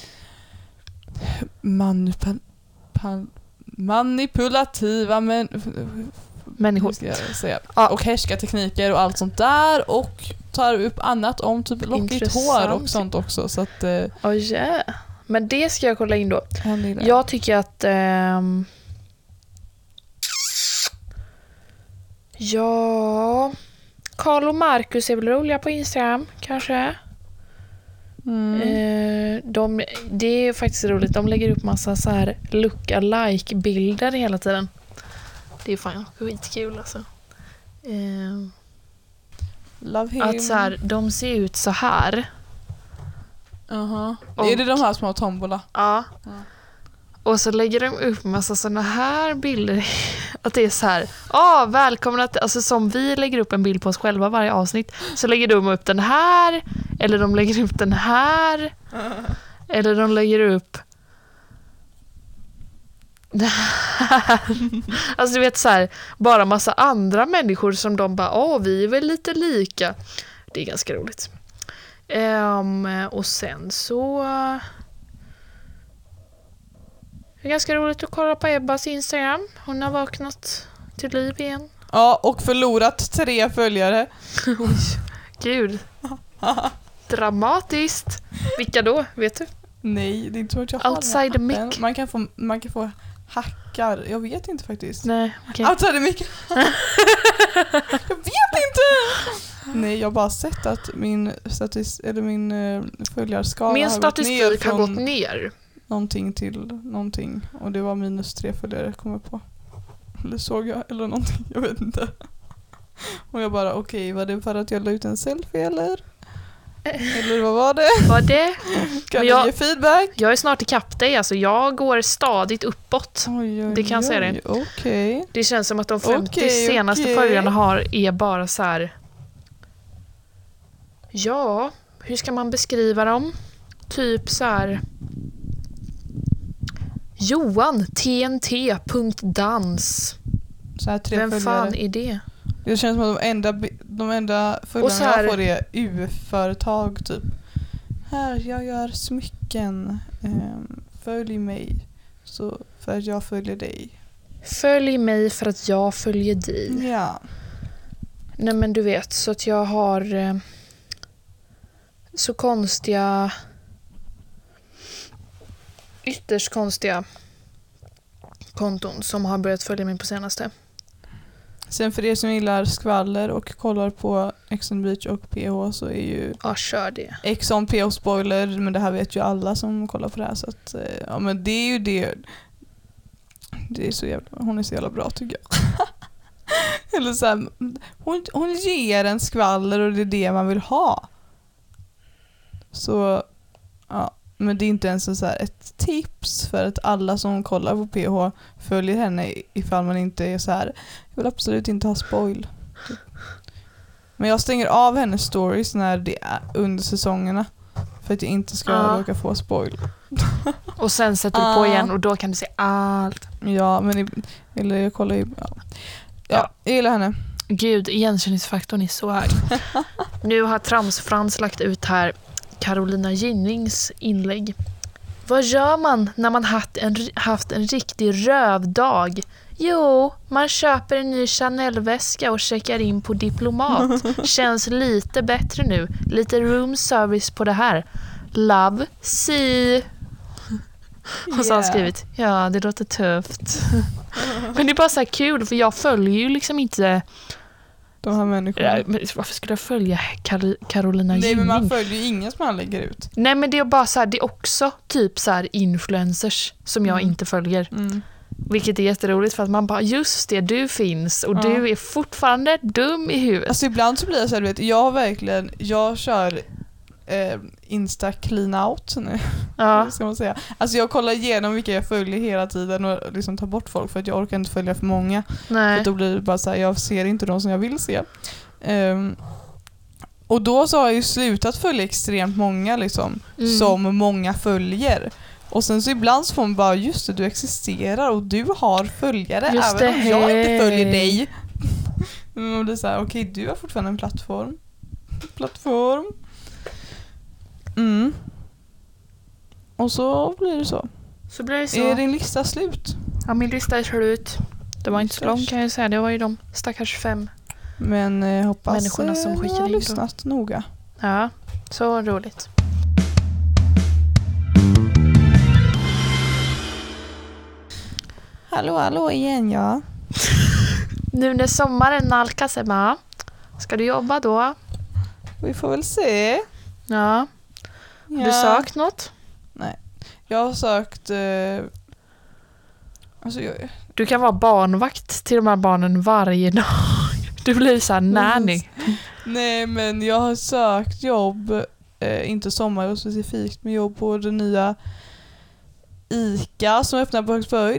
manipulativa Människor. hur ska jag säga? Ja. Och härskartekniker och allt sånt där, och tar upp annat om typ lockigt hår och sånt också, så att Men det ska jag kolla in då. jag Jag tycker att Karl och Marcus är väl roliga på Instagram kanske. Det är faktiskt roligt. De lägger upp massa så här look-alike-bilder hela tiden. Det är fan skitkul alltså. Love him. Att så här, de ser ut så här Och, är det de här små tombola? Ja. Och så lägger de upp massa såna här bilder. Att det är så här, välkomna till, alltså som vi lägger upp en bild på oss själva varje avsnitt, så lägger de upp den här, eller de lägger upp den här, eller de lägger upp det här. Alltså du vet så här, bara massa andra människor som de bara, vi är väl lite lika. Det är ganska roligt. Och sen så det är ganska roligt att kolla på Ebbas Instagram. Hon har vaknat till liv igen. Ja, och förlorat 3 följare. Oj, gud. Dramatiskt. Vilka då, vet du? Nej, det är inte så att jag har Outside the mic. Man kan få hackar. Jag vet inte faktiskt. Nej, okej. Outside the mic. Jag vet inte. Nej, jag har bara sett att min följarskala Min har statistik har gått ner. Någonting till någonting. Och det var -3 följare, kom jag på. Eller såg jag, eller någonting, jag vet inte. Och jag bara, okej, var det för att jag la ut en selfie eller? Eller vad var det? Kan du ge feedback? Jag är snart ikapp dig, alltså jag går stadigt uppåt. Det kan jag säga det. Okay. Det känns som att de 50 senaste följarna är bara så här. Ja, hur ska man beskriva dem? Typ så här. Johan TNT.dans. Så här 3 Vem följare. fan är det? Det känns som att de enda följarna jag får är UF-företag typ. Här, jag gör smycken. Följ mig så för att jag följer dig. Följ mig för att jag följer dig. Ja. Nej men du vet, så att jag har så konstiga, ytterst konstiga konton som har börjat följa mig på senaste. Sen för er som gillar skvaller och kollar på Ex on the Beach och PH så är ju kör det. Ex on PH spoiler, men det här vet ju alla som kollar på det här så att ja men det är ju det. Det är så jävla, hon är så jävla bra tycker jag. Eller så här, hon ger en skvaller och det är det man vill ha. Så ja, men det är inte ens så här ett tips för att alla som kollar på PH följer henne ifall man inte är så här. Jag vill absolut inte ha spoil. Men jag stänger av hennes stories när det är under säsongerna för att jag inte ska råka få spoil. Och sen sätter du på igen och då kan du se allt. Ja, men eller jag kollar ju. Ja, jag gillar henne. Gud, igenkänningsfaktorn är så hög. Nu har Tramsfrans lagt ut här Carolina Ginnings inlägg. Vad gör man när man haft en riktig rövdag? Jo, man köper en ny Chanel-väska och checkar in på Diplomat. Känns lite bättre nu. Lite room service på det här. Love, see. Och så har han skrivit, ja det låter tufft. Men det är bara så här kul för jag följer ju liksom inte de här människorna. Men varför skulle jag följa Carolina Gynning? Nej, men man följer ju ingen som han lägger ut. Nej, men det är bara så här, det är också typ så här influencers som jag inte följer. Vilket är jätteroligt för att man bara, just det, du finns och du är fortfarande dum i huvudet. Alltså ibland så blir jag så här, du vet, jag kör Insta clean out nu. Ska man säga. Alltså jag kollar igenom vilka jag följer hela tiden och liksom tar bort folk för att jag orkar inte följa för många. Nej. För då blir det bara så här, jag ser inte de som jag vill se. Och då så har jag ju slutat följa extremt många liksom, som många följer. Och sen så ibland så får man bara, just det, du existerar och du har följare just även om jag inte följer dig. Men det är så här, okej, du har fortfarande en plattform. Och så blir det så. Så blir det så. Är din lista slut? Ja, min lista är slut. Det var inte så lång kan jag säga. Det var ju de stackars 5 Men hoppas människorna som skickade in. Har lyssnat noga. Ja, så roligt. Hallå igen, ja. Nu när sommaren nalkas, Emma, ska du jobba då? Vi får väl se. Ja. Har du sökt något? Nej. Jag har sökt... Du kan vara barnvakt till de här barnen varje dag. Du blir så här nanny. Nej, men jag har sökt jobb inte sommarjobb specifikt, men jobb på det nya ICA som öppnar på Högsböjd.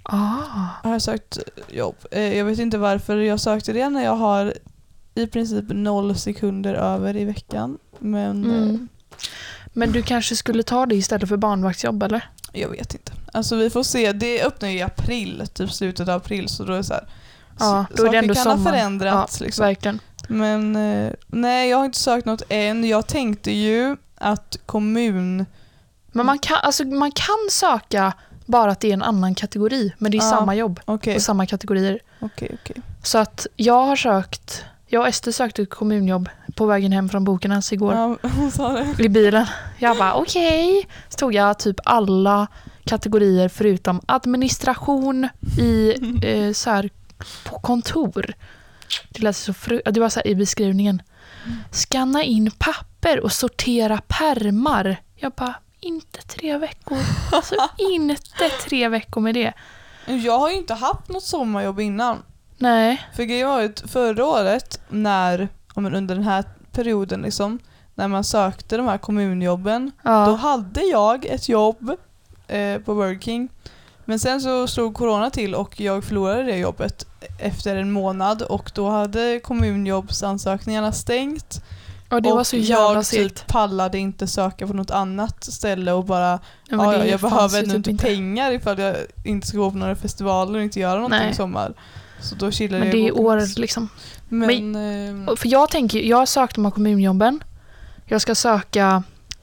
Har jag sökt jobb. Jag vet inte varför jag sökte det när jag har i princip 0 sekunder över i veckan. Men du kanske skulle ta det istället för barnvaktsjobb, eller? Jag vet inte. Alltså vi får se. Det öppnar ju i april, typ slutet av april, så då är det så här. Ja, då är det ändå kan ha förändrats. Ja, liksom. Verkligen. Men nej, jag har inte sökt något än. Jag tänkte ju att kommun... Men man kan söka bara att det är en annan kategori, men det är samma jobb och samma kategorier. Okej. Så att jag och Ester sökte ett kommunjobb på vägen hem från Bokenäs igår. Ja, hon sa det. I bilen. Jag bara okej. Så tog jag typ alla kategorier förutom administration i så här på kontor. Det lät så det var så här i beskrivningen. Skanna in papper och sortera pärmar. Jag bara inte 3 veckor. Alltså inte 3 veckor med det. Jag har ju inte haft något sommarjobb innan. Nej. För grejen var ju förra året under den här perioden liksom, när man sökte de här kommunjobben, då hade jag ett jobb på Burger King. Men sen så slog corona till och jag förlorade det jobbet efter en månad och då hade kommunjobbsansökningarna stängt. Och det var så jävla jag typ pallade inte söka på något annat ställe och bara jag behöver typ inte pengar ifall jag inte ska gå på några festivaler och inte göra någonting i sommar. Så då chillade jag. Men det är året liksom. Men för jag har sökt de här kommunjobben. Jag ska söka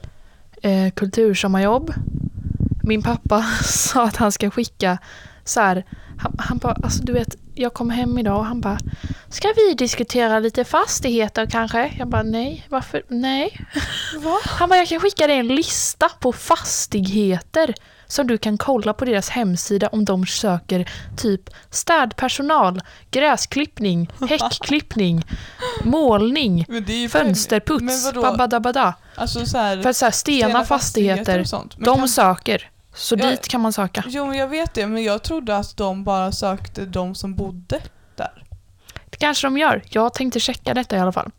kultursommarjobb. Min pappa sa att han ska skicka så här, han bara, alltså du vet, jag kom hem idag och han bara, ska vi diskutera lite fastigheter kanske? Jag bara, nej, varför? Nej. Va? Han bara, jag kan skicka dig en lista på fastigheter som du kan kolla på deras hemsida om de söker typ städpersonal, gräsklippning, häckklippning, målning, fönsterputs, babadabada. Alltså så här, för att så här, stena fastigheter och sånt. Men de söker. Så dit kan man söka. Jo, men jag vet det, men jag trodde att de bara sökte de som bodde där. Det kanske de gör. Jag tänkte checka detta i alla fall.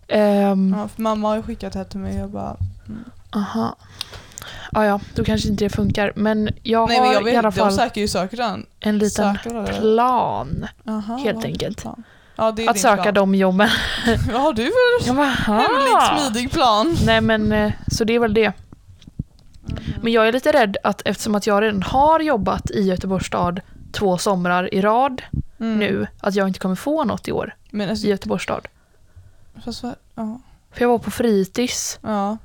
Ja, för mamma har ju skickat det här till mig och jag bara... Aha. Ja, då kanske inte det funkar. Men jag har i alla fall... De söker ju sökaren. En liten plan. Helt enkelt. Ja, det är att söka plan. De jobben. Ja, har du väl hemlig smidig plan? Nej, men så det är väl det. Men jag är lite rädd att eftersom att jag redan har jobbat i Göteborgs stad 2 somrar i rad nu, att jag inte kommer få något i år i Göteborgs stad. För jag var på fritids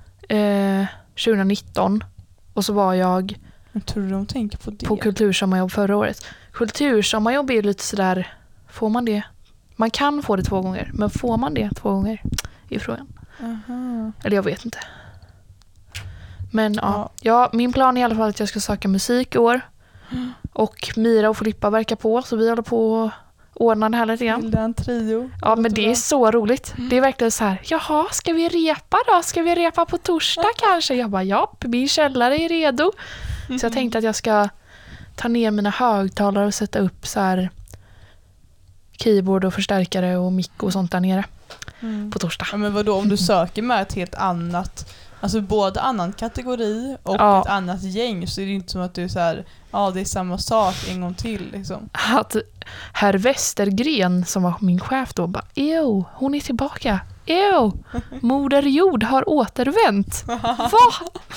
2019 och så var jag tror de tänker på det. På kultursommarjobb förra året. Kultursommarjobb är lite sådär, får man det? Man kan få det 2 gånger, men får man det 2 gånger i frågan? Eller jag vet inte. Men min plan är i alla fall att jag ska söka musik i år. Och Mira och Filippa verkar på, så vi håller på att ordna det här lite grann. Bilda en trio. Ja, men det är så roligt. Det är verkligen så här, jaha, ska vi repa då? Ska vi repa på torsdag kanske? Jag bara, ja, min källare är redo. Så jag tänkte att jag ska ta ner mina högtalare och sätta upp så här keyboard och förstärkare och mick och sånt där nere på torsdag. Ja, men vadå, om du söker med ett helt annat, alltså både annan kategori och ett annat gäng, så är det inte som att du är så här, det är samma sak en gång till liksom. Att herr Westergren som var min chef då bara, hon är tillbaka. Moder Jord har återvänt. Va?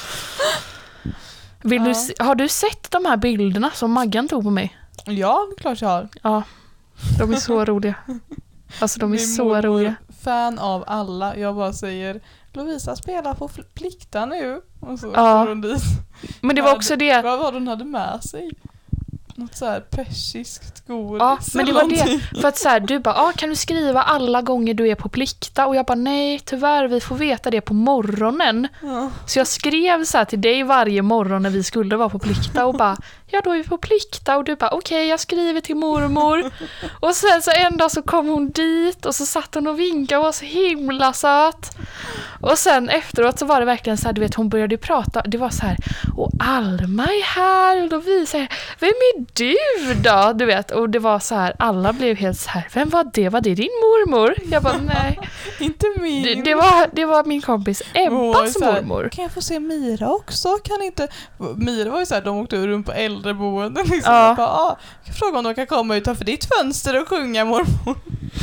Har du sett de här bilderna som Maggan tog på mig? Ja, klart jag har. Ja, de är så roliga. Alltså de är så roliga. Fan av alla. Jag bara säger, Lovisa spelar på Plikta nu. Och så hon dit. Men det var också det. Vad var hon hade med sig? Något så här persiskt godis. Ja, men det var det. För att så här, du bara, kan du skriva alla gånger du är på Plikta? Och jag bara, nej, tyvärr, vi får veta det på morgonen. Så jag skrev så här till dig varje morgon när vi skulle vara på Plikta och bara, då är vi på Plikta. Och du bara, okej, jag skriver till mormor. Och sen så en dag så kom hon dit och så satt hon och vinkade och var så himla söt. Och sen efteråt så var det verkligen så här, du vet, hon började prata, det var så här, och Alma är här, och då visade jag, vem är du då? Du vet, och det var så här, alla blev helt så här, vem var det? Var det din mormor? Jag bara, nej. Inte min. Det var min kompis Ebbas mormor. Kan jag få se Mira också? Kan inte... Mira var ju så här, de åkte runt på äldreboenden liksom. Ja. Jag bara, jag kan fråga om de kan komma utanför ditt fönster och sjunga, mormor.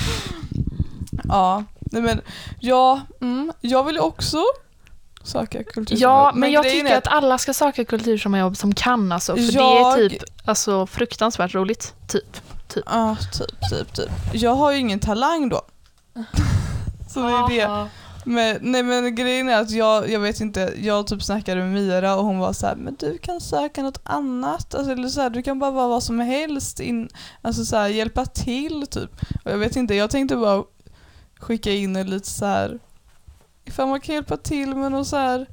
Ja, nej men jag vill också söka kultursommarjobb. Ja, men jag tycker att alla ska söka kultursommarjobb som kan, alltså, för det är typ alltså, fruktansvärt roligt. Typ. Ja, typ. Jag har ju ingen talang då. Så det är det. Men grejen är att jag vet inte, jag typ snackade med Mira och hon var så här, men du kan söka något annat, alltså, eller så här, du kan bara vara vad som helst alltså så här, hjälpa till typ. Och jag vet inte, jag tänkte bara skicka in lite så här, ifall man kan hjälpa till med något så här,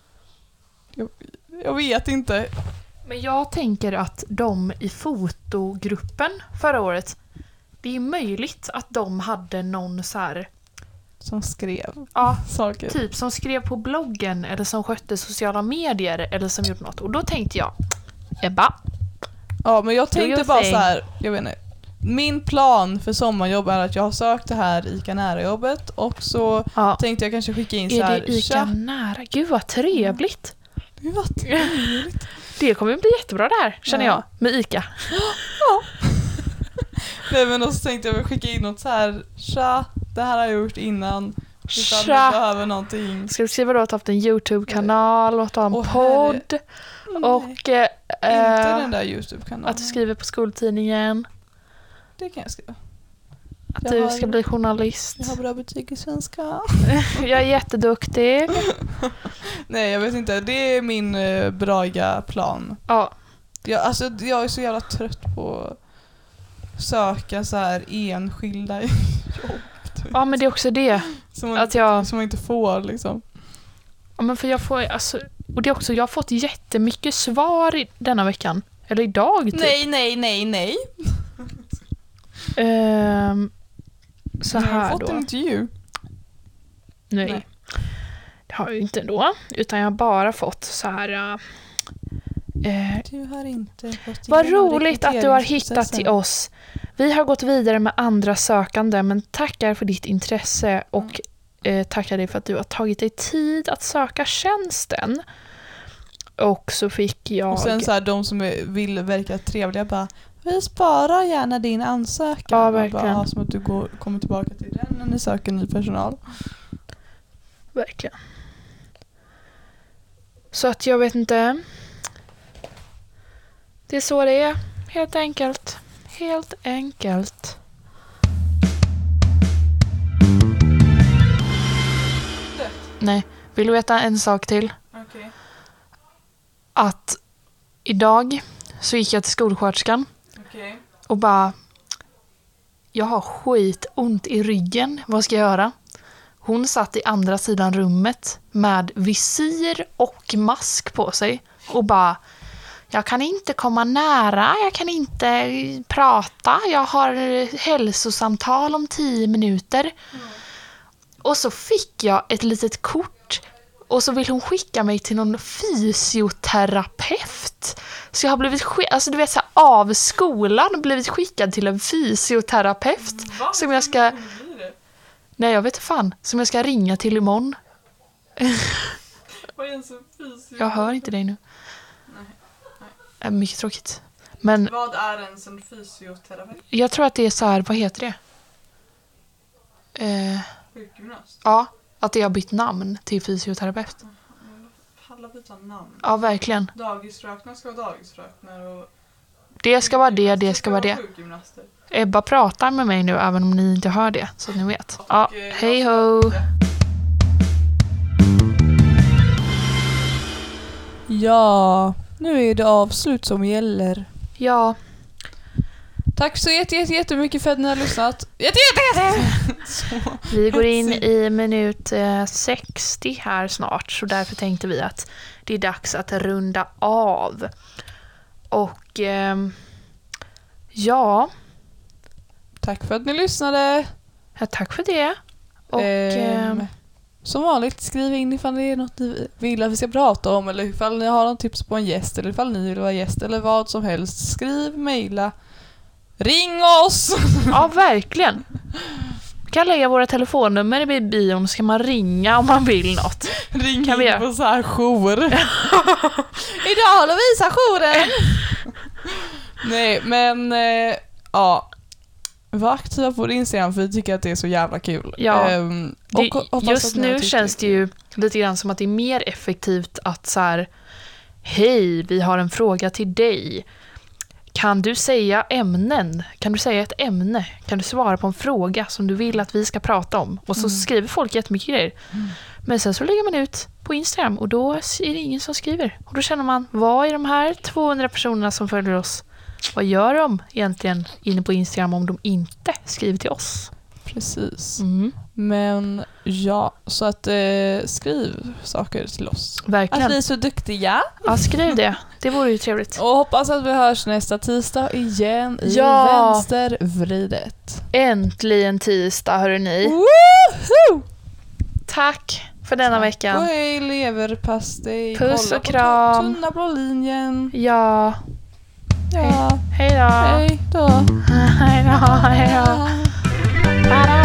jag vet inte. Men jag tänker att de i fotogruppen förra året, det är möjligt att de hade någon så här som skrev saker. Typ som skrev på bloggen eller som skötte sociala medier eller som gjorde något. Och då tänkte jag, Ebba. Ja, men jag tänkte bara så här, jag vet inte. Min plan för sommarjobb är att jag har sökt det här ICA Nära-jobbet och så tänkte jag kanske skicka in så här. Är det ICA Nära? Gud vad trevligt. Det var trevligt. Det kommer bli jättebra det här, känner jag, med ICA. Ja. Nej, men då så tänkte jag skicka in något så här, det här har jag gjort innan. Ifall du behöver någonting. Ska du skriva då att du har haft en YouTube-kanal och att du har en podd? Och inte den där YouTube-kanalen. Att du skriver på skoltidningen. Det kan jag skriva. Att du ska bli journalist. Jag har bra betyg i svenska. Jag är jätteduktig. Nej, jag vet inte. Det är min braiga plan. Ja. Jag är så jävla trött på söka så här enskilda jobb. Ja, men det är också det. Som man inte får liksom. Ja, men för jag får alltså, och det är också, jag har fått jättemycket svar denna veckan. Eller idag typ. Nej. Så här då. Jag har fått en intervju. Nej. Det har jag ju inte då. Utan jag har bara fått så här. Du har inte fått. Vad roligt att du har hittat till oss. Vi har gått vidare med andra sökande, men tackar för ditt intresse och tackar dig för att du har tagit dig tid att söka tjänsten. Och så fick jag... Och sen så här, de som vill verka trevliga bara, vi sparar gärna din ansökan. Ja, verkligen. Bara, som att du kommer tillbaka till den när ni söker ny personal. Verkligen. Så att jag vet inte. Det är så det är. Helt enkelt. Helt enkelt. Nej. Vill du veta en sak till? Okej. Att idag så gick jag till skolsköterskan. Okej. Och bara, jag har skitont i ryggen. Vad ska jag göra? Hon satt i andra sidan rummet med visir och mask på sig. Och bara, jag kan inte komma nära, jag kan inte prata. Jag har hälsosamtal om 10 minuter. Och så fick jag ett litet kort. Och så vill hon skicka mig till någon fysioterapeut. Så jag har blivit alltså du vet så här, av skolan blivit skickad till en fysioterapeut. Som jag ska... Nej, jag vet inte fan. Som jag ska ringa till imorgon. Vad är en sån fysioterapeut? Jag hör inte dig nu. Nej. Mycket tråkigt. Men vad är en sån fysioterapeut? jag tror att det är så här, vad heter det? Sjukgymnast? Ja, att det har bytt namn till fysioterapeut. Alla byta namn. Ja, verkligen. Dagisfröknar ska vara dagisfröknar och... Det ska vara det ska vara det. Sjukgymnaster. Ebba pratar med mig nu även om ni inte hör det, så att ni vet. Ja, hej ho! Ja, nu är det avslut som gäller. Ja. Tack så jättemycket för att ni har lyssnat. Vi går in i minut 60 här snart, så därför tänkte vi att det är dags att runda av. Och ja. Tack för att ni lyssnade. Ja, tack för det. Och som vanligt, skriv in ifall det är något ni vill att vi ska prata om, eller ifall ni har någon tips på en gäst, eller ifall ni vill vara gäst, eller vad som helst. Skriv, mejla, ring oss! Ja, verkligen. Kan lägga våra telefonnummer i bion, så kan man ringa om man vill något. Ring kan vi in på så här jour. Idag har Lovisa jouren! Nej, men ja. Var aktiva på din Instagram, för vi tycker att det är så jävla kul. Ja, just nu känns det ju lite grann som att det är mer effektivt att så här: hej, vi har en fråga till dig. Kan du säga ämnen? Kan du säga ett ämne? Kan du svara på en fråga som du vill att vi ska prata om? Och så skriver folk jättemycket grejer. Men sen så lägger man ut på Instagram och då är det ingen som skriver. Och då känner man, vad är de här 200 personerna som följer oss? Vad gör de egentligen inne på Instagram om de inte skriver till oss? Precis. Men ja, så att skriv saker till oss. Verkligen. Att vi är så duktiga. Ja, skriv det. Det vore ju trevligt. Och hoppas att vi hörs nästa tisdag igen i vänstervridet. Äntligen tisdag, hörrni. Woohoo! Tack för denna veckan. Och hej, leverpastej. Puss Kolla och kram. På tunna blå linjen. Ja. Ja. Hej då. Hej då. Hej då. Hej då.